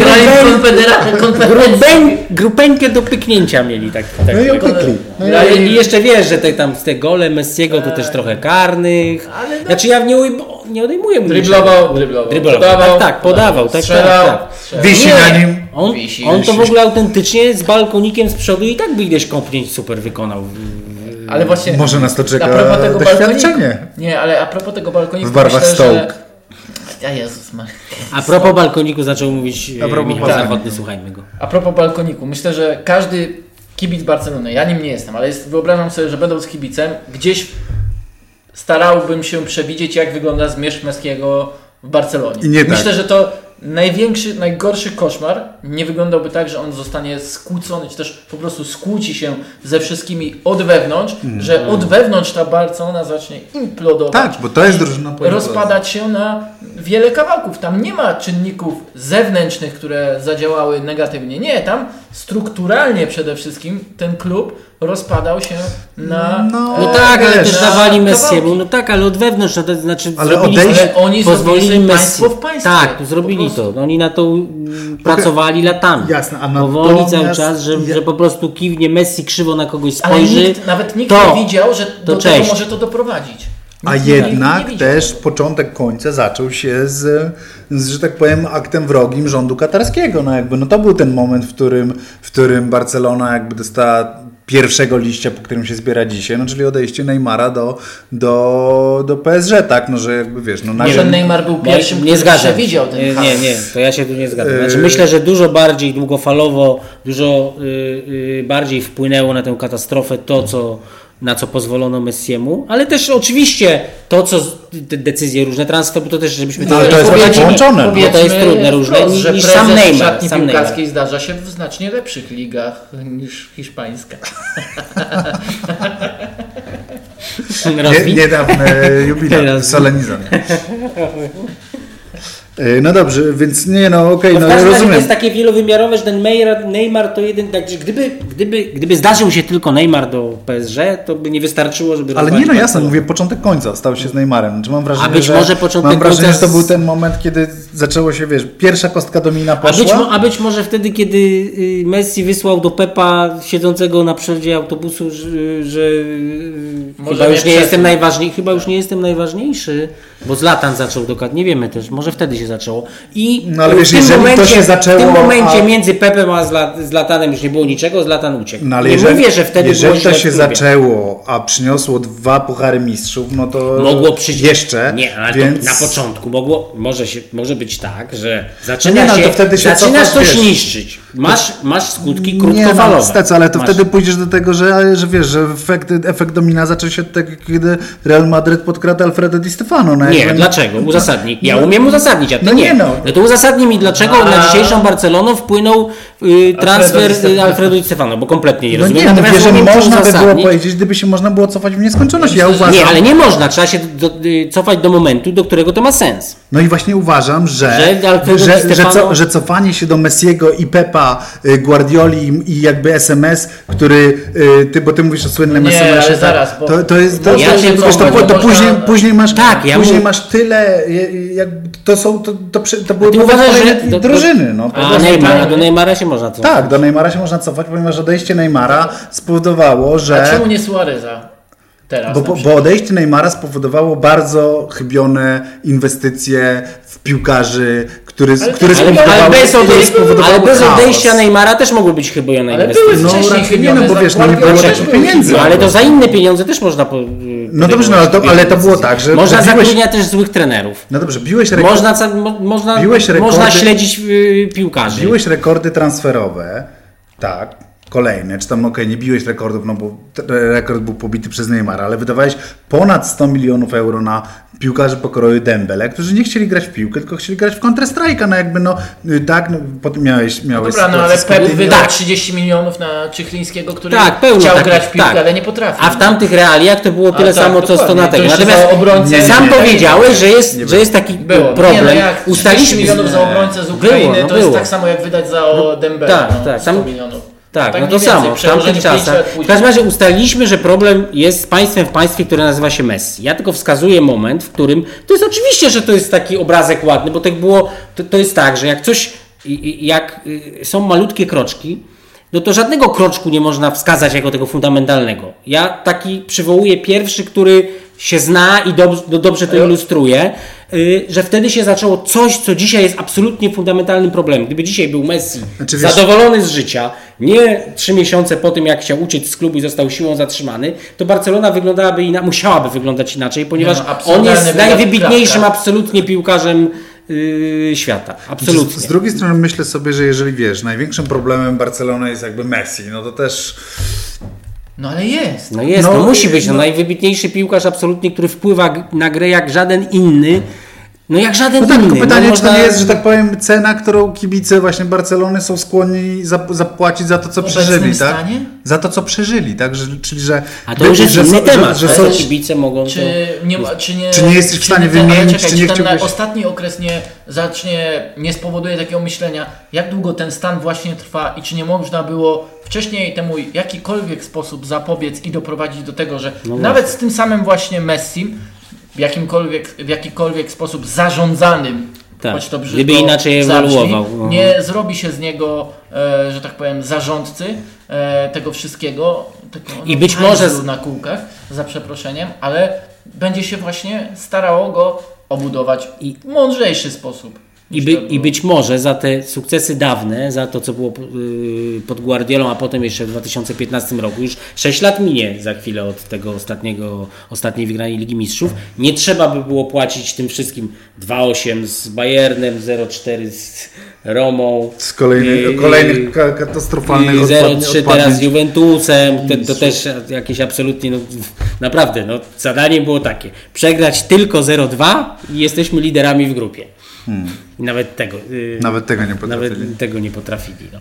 grupeńkę, grupeńkę do pyknięcia mieli tak, tak no i opykli. no i, i jeszcze wiesz, że te, tam z te gole Messiego to też trochę karnych. No, znaczy ja nie, nie odejmuję mu driblował, driblował, driblował. Podawał, tak, tak, podawał, tak, strzelał, tak, tak. Wisi na nim. On, Wisi, on wisi. to w ogóle autentycznie z balkonikiem z przodu i tak by ileś kopnięć super wykonał. Ale właśnie może nas to czeka a propos tego doświadczenie. balkoniku, nie, ale a propos tego balkoniku w barwach myślę, Stołk. że Ja Jezus Maria. A propos balkoniku zaczął mówić Michał Zachodny, słuchajmy go. A propos balkoniku, myślę, że każdy kibic Barcelony, ja nim nie jestem, ale jest, wyobrażam sobie, że będąc kibicem, gdzieś starałbym się przewidzieć, jak wygląda zmierzch Messiego w Barcelonie. I nie Myślę, tak. że to największy, najgorszy koszmar nie wyglądałby tak, że on zostanie skłócony, czy też po prostu skłóci się ze wszystkimi od wewnątrz, mm. że od wewnątrz ta Barcelona zacznie implodować. Tak, bo to jest drużyna rozpadać się na wiele kawałków. Tam nie ma czynników zewnętrznych, które zadziałały negatywnie. Nie, tam strukturalnie przede wszystkim ten klub rozpadał się na... No, no tak, ale też dawali Messiemu. No tak, ale od wewnątrz, no to znaczy ale zrobili, odejście, oni pozwolili Messi. Państwo w państwie. Tak, zrobili to. No, oni na to pracowali latami. Jasne, a powoli cały czas, że, ja... że po prostu kiwnie Messi krzywo na kogoś spojrzy. Ale nikt, nawet nikt to, nie widział, że do to tego może to doprowadzić. A Nikt jednak nie, nie też początek końca zaczął się z, z, że tak powiem, aktem wrogim rządu katarskiego. No jakby, no to był ten moment, w którym, w którym Barcelona jakby dostała pierwszego liścia, po którym się zbiera dzisiaj, no czyli odejście Neymara do, do, do P S G, tak? No że jakby wiesz, no nagle... Nie, że Neymar był pierwszym, nie, nie który przewidział ten nie, nie, nie, to ja się tu nie zgadzam. Znaczy, myślę, że dużo bardziej długofalowo, dużo yy, yy, bardziej wpłynęło na tę katastrofę to, co na co pozwolono Messiemu, ale też oczywiście to, co te decyzje różne transfer, bo to też, żebyśmy... No, to jest właśnie połączone. Bo to jest trudne, różne, wprost, niż, niż sam Neymar. Szatni sam piłkarskiej Neymar. zdarza się w znacznie lepszych ligach niż hiszpańska. Nie, niedawny jubileusz, solenizm. No dobrze, więc nie no, okej, okay, no, no rozumiem. To jest takie wielowymiarowe, że ten Neymar, Neymar to jeden, tak, że gdyby, gdyby, gdyby zdarzył się tylko Neymar do P S G, to by nie wystarczyło, żeby... Ale nie no jasne, mówię początek końca stał się z Neymarem. Znaczy, mam wrażenie, a być że, może początek mam wrażenie, końca że to był ten moment, kiedy zaczęło się, wiesz, pierwsza kostka domina poszła. A być, a być może wtedy, kiedy Messi wysłał do Pepa siedzącego na przodzie autobusu, że, że chyba już nie jestem najważniejszy, chyba już nie jestem najważniejszy, bo Zlatan zaczął dokładnie, nie wiemy też, może wtedy się zaczęło. I no, ale wiesz, w, tym momencie, to się zaczęło, w tym momencie a... między Pepem a Zlatanem już nie było niczego, Zlatan uciekł. No, ale nie jeżeli, mówię, że wtedy jeżeli było to się zaczęło, a przyniosło dwa puchary mistrzów, no to mogło przyjść jeszcze. Nie, ale więc... na początku mogło, może, się, może być tak, że zaczyna nie, no, się, to wtedy się zaczynasz cofasz, coś wiesz, niszczyć. Masz, masz skutki krótkofalowe. krótkofalowe. Nie, no, stec, ale to masz... wtedy pójdziesz do tego, że, że wiesz, że efekt, efekt domina zaczął się od tego, kiedy Real Madryt podkradł Alfredo Di Stefano. No, nie, jakby... dlaczego? Uzasadnij. Ja umiem uzasadnić, a ty no nie. No. no to uzasadnij mi, dlaczego a... na dzisiejszą Barcelonę wpłynął y, transfer Alfredo, Alfredo Di Stefano, bo kompletnie nie no rozumiem. Nie, natomiast mówię, że można by było uzasadnić... powiedzieć, gdyby się można było cofać w nieskończoność. Ja uważam... Nie, ale nie można. Trzeba się do, y, cofać do momentu, do którego to ma sens. No i właśnie uważam, że, że, że, Stefano... że, co, że cofanie się do Messiego i Pepa, y, Guardioli i jakby S M S, który, y, ty, bo ty mówisz o słynnym nie, S M S-ie, ale zaraz, bo... to, to jest, to, ja to, się wiesz, to, to, to później, później masz, tak, ja później mów... masz tyle, jak, to są, to, to, to były ty uważasz, że do, drużyny. No, a Neymara, do Neymara się można cofać. Tak, do Neymara się można cofać, ponieważ odejście Neymara spowodowało, że... A czemu nie Suareza? Teraz, bo, bo odejście Neymara spowodowało bardzo chybione inwestycje w piłkarzy, który, ale, który ale, ale bez, odejścia, ale bez odejścia chaos. Neymara też mogły być chybojone ale inwestycje. No raczej nie, no bo wiesz, no nie było takich pieniędzy. No, ale to za inne pieniądze też można po, no dobrze, no, ale, to, ale to było tak, że... Można biłeś... zatrudniać też złych trenerów. No dobrze, biłeś rekordy... Można, mo, można, biłeś rekordy... można śledzić yy, piłkarzy. Biłeś rekordy transferowe, tak. Kolejne, czy tam okej, okay, nie biłeś rekordów, no bo rekord był pobity przez Neymara, ale wydawałeś ponad sto milionów euro na piłkarzy pokroju Dembele, którzy nie chcieli grać w piłkę, tylko chcieli grać w Counter-Strike'a, no jakby no tak, no, potem miałeś, miałeś no dobra, no ale Pep wydał tak. trzydzieści milionów na Czychlińskiego, który tak, pełno chciał tak, grać w piłkę, tak. ale nie potrafił. A w tamtych realiach to było tyle tak, samo, co sto na tego. Natomiast obrońcę, sam nie, powiedziałeś, że jest, że jest taki było. problem. Nie, no jak trzydzieści milionów za obrońcę z Ukrainy, było, no to było. jest tak samo jak wydać za no, Dembele, tak, no, tak, sto sam, milionów. Tak, tak, no to samo, w tamtych czasach. W każdym razie ustaliliśmy, że problem jest z państwem w państwie, które nazywa się Messi. Ja tylko wskazuję moment, w którym, to jest oczywiście, że to jest taki obrazek ładny, bo tak było, to, to jest tak, że jak coś, jak są malutkie kroczki, no to żadnego kroczku nie można wskazać jako tego fundamentalnego. Ja taki przywołuję pierwszy, który się zna i dobrze, dobrze to ilustruje, że wtedy się zaczęło coś, co dzisiaj jest absolutnie fundamentalnym problemem. Gdyby dzisiaj był Messi znaczy, zadowolony z życia, nie trzy miesiące po tym, jak chciał uciec z klubu i został siłą zatrzymany, to Barcelona wyglądałaby ina- musiałaby wyglądać inaczej, ponieważ no, on jest najwybitniejszym absolutnie piłkarzem yy, świata. Absolutnie. Z, z drugiej strony myślę sobie, że jeżeli wiesz, największym problemem Barcelony jest jakby Messi, no to też... No ale jest. No jest, no, no musi być. No, no, najwybitniejszy piłkarz absolutnie, który wpływa na grę jak żaden inny. No jak żaden no tak, inny. Tylko pytanie, no, czy to nie jest, że tak powiem, cena, którą kibice właśnie Barcelony są skłonni zapłacić za to, co przeżyli, tak? Stanie? Za to, co przeżyli, tak? Że, czyli, że... A to już jest że, inny że, temat. Że, że są... kibice mogą... Czy to... nie, czy nie, czy nie jesteś w stanie czy ten, wymienić, czekaj, czy nie czy ten chciałbyś... ostatni okres nie zacznie, nie spowoduje takiego myślenia, jak długo ten stan właśnie trwa i czy nie można było wcześniej temu w jakikolwiek sposób zapobiec i doprowadzić do tego, że no nawet z tym samym właśnie Messim w jakimkolwiek, w jakikolwiek sposób zarządzanym, tak, choć to brzydko gdyby inaczej ewoluował. No. Nie zrobi się z niego, e, że tak powiem, zarządcy e, tego wszystkiego, tego, i no, być może na kółkach, za przeproszeniem, ale będzie się właśnie starało go obudować i w mądrzejszy sposób. I, by, I być może za te sukcesy dawne, za to co było yy, pod Guardiolą, a potem jeszcze w dwa tysiące piętnastym roku, już sześć lat minie za chwilę od tego ostatniego, ostatniej wygranej Ligi Mistrzów, nie trzeba by było płacić tym wszystkim dwa osiem z Bayernem, zero cztery z Romą, z kolejnych, yy, kolejnych katastrofalnych yy, zero trzy teraz z Juventusem, to, to też jakieś absolutnie, no, naprawdę, no, zadanie było takie, przegrać tylko zero dwa i jesteśmy liderami w grupie. Hmm. I nawet tego, yy, nawet tego nie potrafili. Nawet tego nie potrafili no.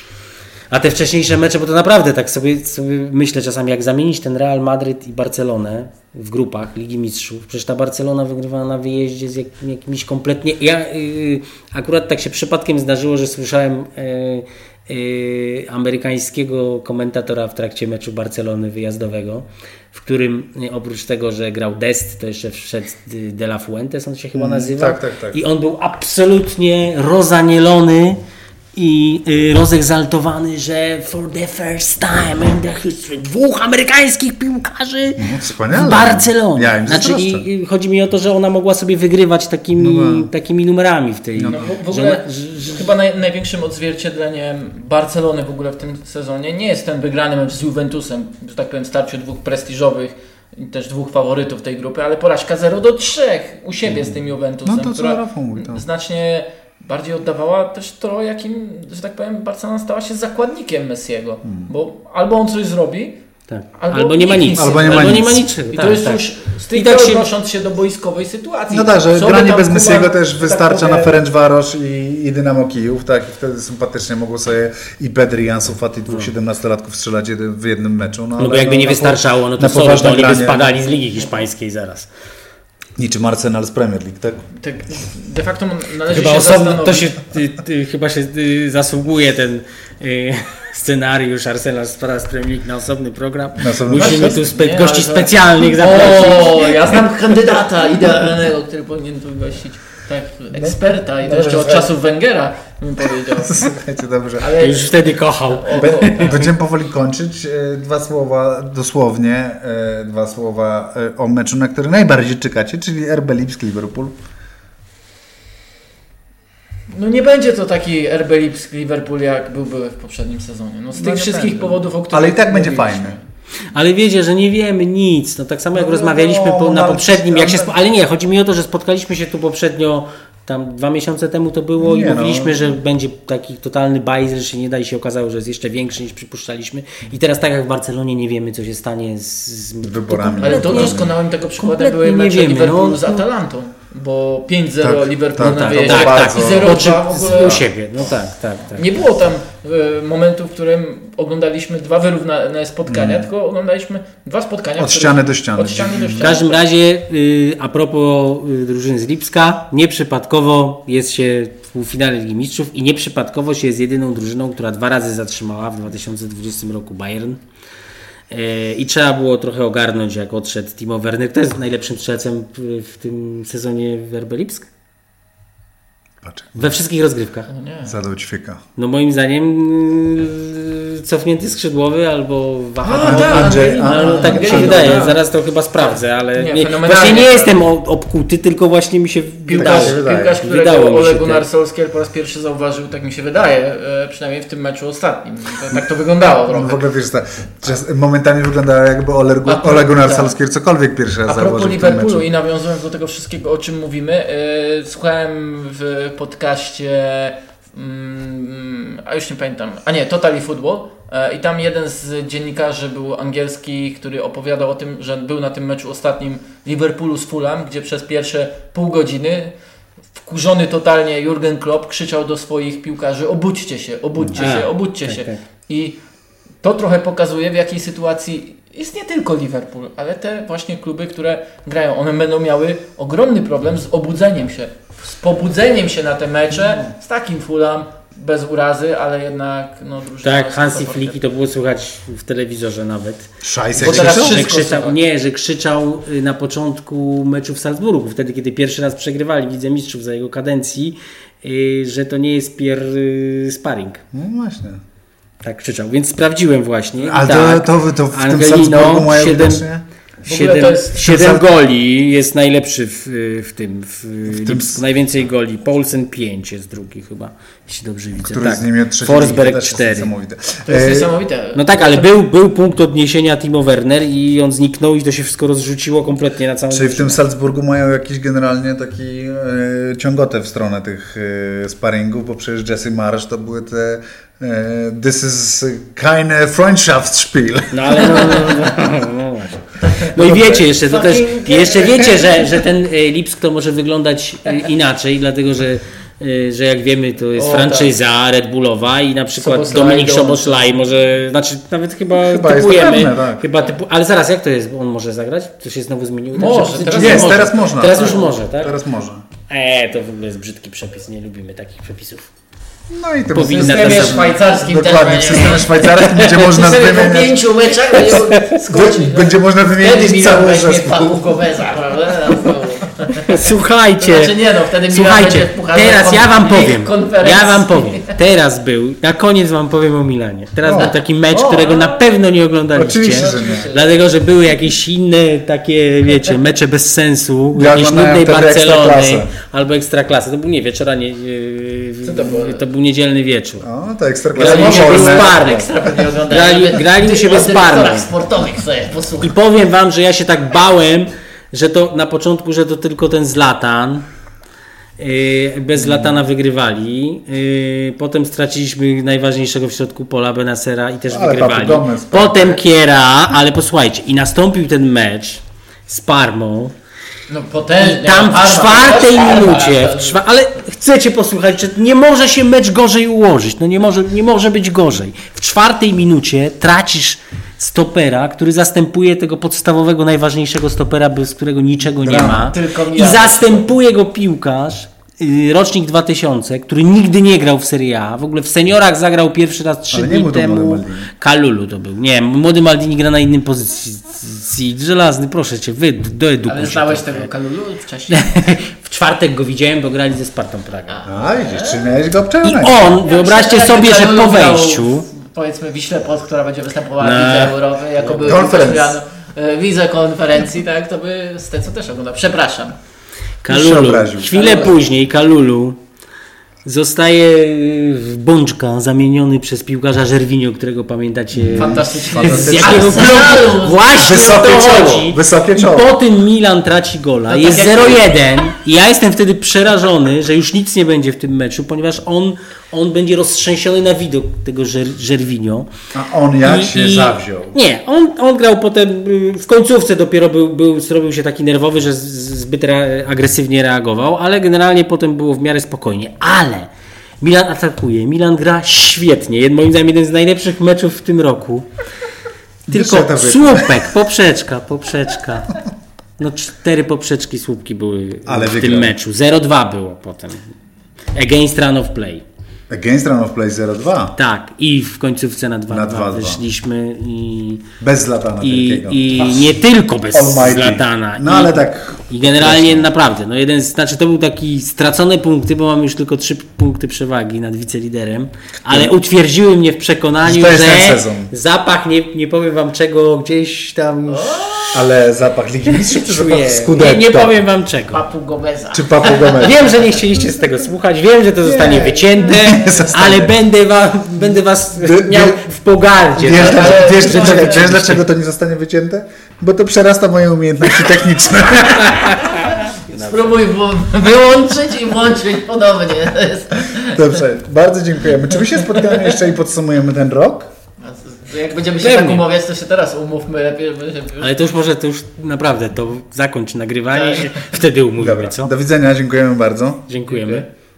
A te wcześniejsze mecze, bo to naprawdę tak sobie, sobie myślę czasami, jak zamienić ten Real Madryt i Barcelonę w grupach Ligi Mistrzów. Przecież ta Barcelona wygrywała na wyjeździe z jak, jakimiś kompletnie... Ja yy, akurat tak się przypadkiem zdarzyło, że słyszałem yy, yy, amerykańskiego komentatora w trakcie meczu Barcelony wyjazdowego, w którym oprócz tego, że grał Dest, to jeszcze wszedł De La Fuentes, on się chyba nazywa. Mm, tak, tak, tak. I on był absolutnie rozanielony i y, rozegzaltowany, że for the first time in the history dwóch amerykańskich piłkarzy no, w Barcelonie. Ja znaczy i, i chodzi mi o to, że ona mogła sobie wygrywać takimi, no, takimi numerami w tej... No, no, w ogóle że, że, chyba naj, największym odzwierciedleniem Barcelony w ogóle w tym sezonie nie jest ten wygrany mecz z Juventusem, że tak powiem starciu dwóch prestiżowych i też dwóch faworytów tej grupy, ale porażka zero do trzech u siebie mm. z tym Juventusem, no to która Rafał mówi, to. znacznie bardziej oddawała też to, jakim, że tak powiem, Barcelona stała się zakładnikiem Messiego, hmm. bo albo on coś zrobi, tak. albo, albo nie ma nic, albo nie ma, albo nic. Nie ma niczego. I tak, to jest tak. już stricte tak odnosząc się do boiskowej sytuacji. No tak, że Sobie granie bez Kuba, Messiego też wystarcza tak na Ferencvaros i, i Dynamo Kijów, tak, i wtedy sympatycznie mogło sobie i Pedri, i Ansu Fati, dwóch siedemnastolatków strzelać jeden, w jednym meczu. No, no bo jakby no, nie wystarczało, no to sorry, to oni by spadali z Ligi Hiszpańskiej zaraz. Niczym Arsenal z Premier League, tak? Tak, de facto należy chyba się osobno, to się ty, ty, chyba się ty, zasługuje ten y, scenariusz Arsenal z Premier League na osobny program. Na osobny Musimy tu spe, nie, gości to... specjalnych zaprosić. O, ja znam kandydata idealnego, który powinien tu gościć. Tak, eksperta i to jeszcze od czasów Węgera bym powiedział. Słuchajcie, dobrze. Ale już wtedy kochał. O, o, Będziemy powoli kończyć. Dwa słowa, dosłownie, dwa słowa o meczu, na który najbardziej czekacie, czyli R B Lipsk-Liverpool. No nie będzie to taki R B Lipsk-Liverpool, jak byłby w poprzednim sezonie. No z tych no wszystkich będzie. powodów, o których Ale i tak będzie fajny. Ale wiecie, że nie wiemy nic. No tak samo jak no, rozmawialiśmy no, po, na no, poprzednim, ale... jak się spo... ale nie, chodzi mi o to, że spotkaliśmy się tu poprzednio, tam dwa miesiące temu to było nie, i mówiliśmy, no. że będzie taki totalny bajzel, że się nie da i się okazało, że jest jeszcze większy niż przypuszczaliśmy. I teraz tak jak w Barcelonie nie wiemy, co się stanie z, z... wyborami. Ale to doskonałym tego przykładem były mecze wiemy, Liverpoolu no, z Atalantą. Bo pięć zero tak, Liverpool tak, na wyjeździe tak, tak, i zero dwa w ogóle u siebie. No tak, tak, tak. Nie było tam y, momentu, w którym oglądaliśmy dwa wyrównane spotkania, mm. tylko oglądaliśmy dwa spotkania. Od ściany do ściany. Od ściany do ściany. W każdym razie y, a propos y, drużyny z Lipska, nieprzypadkowo jest się w półfinale Ligi Mistrzów i nieprzypadkowo się jest jedyną drużyną, która dwa razy zatrzymała w dwa tysiące dwudziestym roku Bayern. I trzeba było trochę ogarnąć, jak odszedł Timo Werner. Kto jest najlepszym strzelcem w tym sezonie w R B Lipsk? Patrz. We wszystkich rozgrywkach. No Zadał ćwieka. No moim zdaniem cofnięty skrzydłowy albo wahadłowy. Andrzej, no, tak mi się wydaje, tak. Zaraz to chyba sprawdzę, ale nie, nie, właśnie nie jestem obkuty, tylko właśnie mi się piłkarz, wydaje. Piłkarz, którego Ole Gunnar Solskjaer po raz pierwszy zauważył, tak mi się wydaje, przynajmniej w tym meczu ostatnim. To, tak to wyglądało trochę. W ogóle wiesz, że momentami wyglądało jakby Ole, Ole Gunnar tak. Solskjaer cokolwiek pierwszy raz zauważył. A propos Liverpoolu i nawiązując do tego wszystkiego, o czym mówimy, yy, słuchałem w podcaście a już nie pamiętam, a nie, Totally Football i tam jeden z dziennikarzy był angielski, który opowiadał o tym, że był na tym meczu ostatnim Liverpoolu z Fulham, gdzie przez pierwsze pół godziny wkurzony totalnie Jurgen Klopp krzyczał do swoich piłkarzy: obudźcie się, obudźcie a, się, obudźcie tak, się. Tak. I to trochę pokazuje, w jakiej sytuacji jest nie tylko Liverpool, ale te właśnie kluby, które grają. One będą miały ogromny problem z obudzeniem się. Z pobudzeniem się na te mecze, z takim Fulham, bez urazy, ale jednak no drużyna... Tak, Hansi Flicki to było słychać w telewizorze nawet. Szajsek krzyczał? Że krzyczał? Nie, że krzyczał na początku meczu w Salzburgu, wtedy kiedy pierwszy raz przegrywali Lidze Mistrzów za jego kadencji, że to nie jest pier sparring. No właśnie. Tak krzyczał, więc sprawdziłem właśnie. Ale tak, to, to, to w Angelino, tym Salzburgu mają siedem, siedem, siedem goli, jest najlepszy w, w tym, w, w tym najwięcej goli. Poulsen pięć jest drugi chyba, jeśli dobrze widzę. Który tak. z nimi od trzeciej Forsberg cztery. To jest niesamowite. No tak, ale był, był punkt odniesienia Timo Werner i on zniknął i to się wszystko rozrzuciło kompletnie na całą... Czyli w tym Salzburgu mają jakiś generalnie taki e, ciągotę w stronę tych e, sparingów, bo przecież Jesse Marsz to były te e, this is keine Freundschaftsspiel. No ale no, no, no, no, no właśnie. No i wiecie jeszcze, to też, jeszcze wiecie, że, że ten Lipsk to może wyglądać inaczej, dlatego że że jak wiemy to jest o, franczyza tak. Red Bullowa i na przykład Soboslaj, Dominik Szoboszlaj może, znaczy nawet chyba, chyba typujemy, pewne, tak. chyba typu, ale zaraz jak to jest, on może zagrać? Co się znowu zmieniło? Może, teraz, jest, może. teraz można. Teraz już może, tak? Teraz może. Eee, to w ogóle jest brzydki przepis, nie lubimy takich przepisów. No i to w systemie szwajcarskim dokładnie, w systemie szwajcarskim będzie można wymieniać... Po pięciu meczach będzie, będzie można wymienić cały zespół. Słuchajcie, znaczy nie no, wtedy słuchajcie, teraz ja wam powiem, ja wam powiem, teraz był, na koniec wam powiem o Milanie. Teraz o, był taki mecz, o, którego na pewno nie oglądaliście. Oczywiście, że nie. Dlatego, że były jakieś inne takie, wiecie, mecze bez sensu, ja jakiejś nudnej Barcelony albo Ekstraklasy. To był nie wieczora, nie, Co to, było? to był niedzielny wieczór. O, to Ekstraklasa. Grali u siebie z Parmy. Grali, grali u siebie z Parmy. I powiem wam, że ja się tak bałem, że to na początku, że to tylko ten Zlatan, yy, bez Zlatana wygrywali, yy, potem straciliśmy najważniejszego w środku pola Benacera i też ale wygrywali. Gomez, potem Kiera, ale posłuchajcie, i nastąpił ten mecz z Parmą. No potężnie. Tam w czwartej minucie, w czwa... ale chcecie posłuchać, że nie może się mecz gorzej ułożyć, no nie może, nie może być gorzej. W czwartej minucie tracisz stopera, który zastępuje tego podstawowego, najważniejszego stopera, bez którego niczego nie ma. I zastępuje go piłkarz, rocznik dwa tysiące, który nigdy nie grał w Serie A. W ogóle w seniorach zagrał pierwszy raz trzy dni temu. Kalulu to był. Nie, młody Maldini gra na innym pozycji. Żelazny, proszę cię, wy doedukuj. Ale znałeś tego Kalulu wcześniej? W czwartek go widziałem, bo grali ze Spartą Praga. A, widzisz, czy miałeś go obczajony. I on, wyobraźcie sobie, że po wejściu... Powiedzmy Wiśle Płock, która będzie występowała w Lidze Europy, jako były widzę konferencji, tak, to by z tego też oglądał. Przepraszam. Kalulu. Chwilę Kalulu. później Kalulu zostaje w Bączka zamieniony przez piłkarza Żerwinio, którego pamiętacie fantastycznie. Z jakiego klubu właśnie wysokie to czoło, chodzi. Wysokie czoło. I po tym Milan traci gola. No jest tak zero jeden i ja jestem wtedy przerażony, że już nic nie będzie w tym meczu, ponieważ on, on będzie roztrzęsiony na widok tego Żer, Żerwinio. A on jak I, się i, zawziął? Nie, on, on grał potem, w końcówce dopiero był, był, zrobił się taki nerwowy, że zbyt re, agresywnie reagował, ale generalnie potem było w miarę spokojnie. Ale Milan atakuje, Milan gra świetnie, moim zdaniem jeden z najlepszych meczów w tym roku. Tylko słupek, poprzeczka, poprzeczka. No cztery poprzeczki, słupki były Ale w wygrał. tym meczu. zero dwa było potem. Against run of play. Against run of play zero dwa? Tak, i w końcówce na dwa dwa wyszliśmy i... Bez Zlatana i, wielkiego. I nie tylko bez Zlatana. No ale tak... I generalnie Proszę. naprawdę, no jeden, znaczy to był taki stracone punkty, bo mamy już tylko trzy punkty przewagi nad wiceliderem, ale utwierdziły mnie w przekonaniu, to jest że ten sezon. zapach, nie, nie powiem wam czego, gdzieś tam już... Ale zapach Ligi Mistrzów czy zapach Scudetto? Nie, nie powiem wam czego. Papu Gomeza. Czy Papu Gomeza? Wiem, że nie chcieliście z tego słuchać, wiem, że to zostanie nie, wycięte, nie zostanie. Ale będę, wam, będę was wie, miał w pogardzie. Wiesz, tak? wiesz, wiesz, wiesz, wiesz dlaczego to nie zostanie wycięte? Bo to przerasta moje umiejętności techniczne. Spróbuj wyłączyć i włączyć ponownie. Dobrze, bardzo dziękujemy. Czy my się spotkamy jeszcze i podsumujemy ten rok? Jak będziemy się Pewnie. tak umawiać, to się teraz umówmy lepiej. Ale to już może, to już naprawdę, to zakończ nagrywanie, tak. Wtedy umówimy, Dobra. co? Do widzenia, dziękujemy bardzo. Dziękujemy.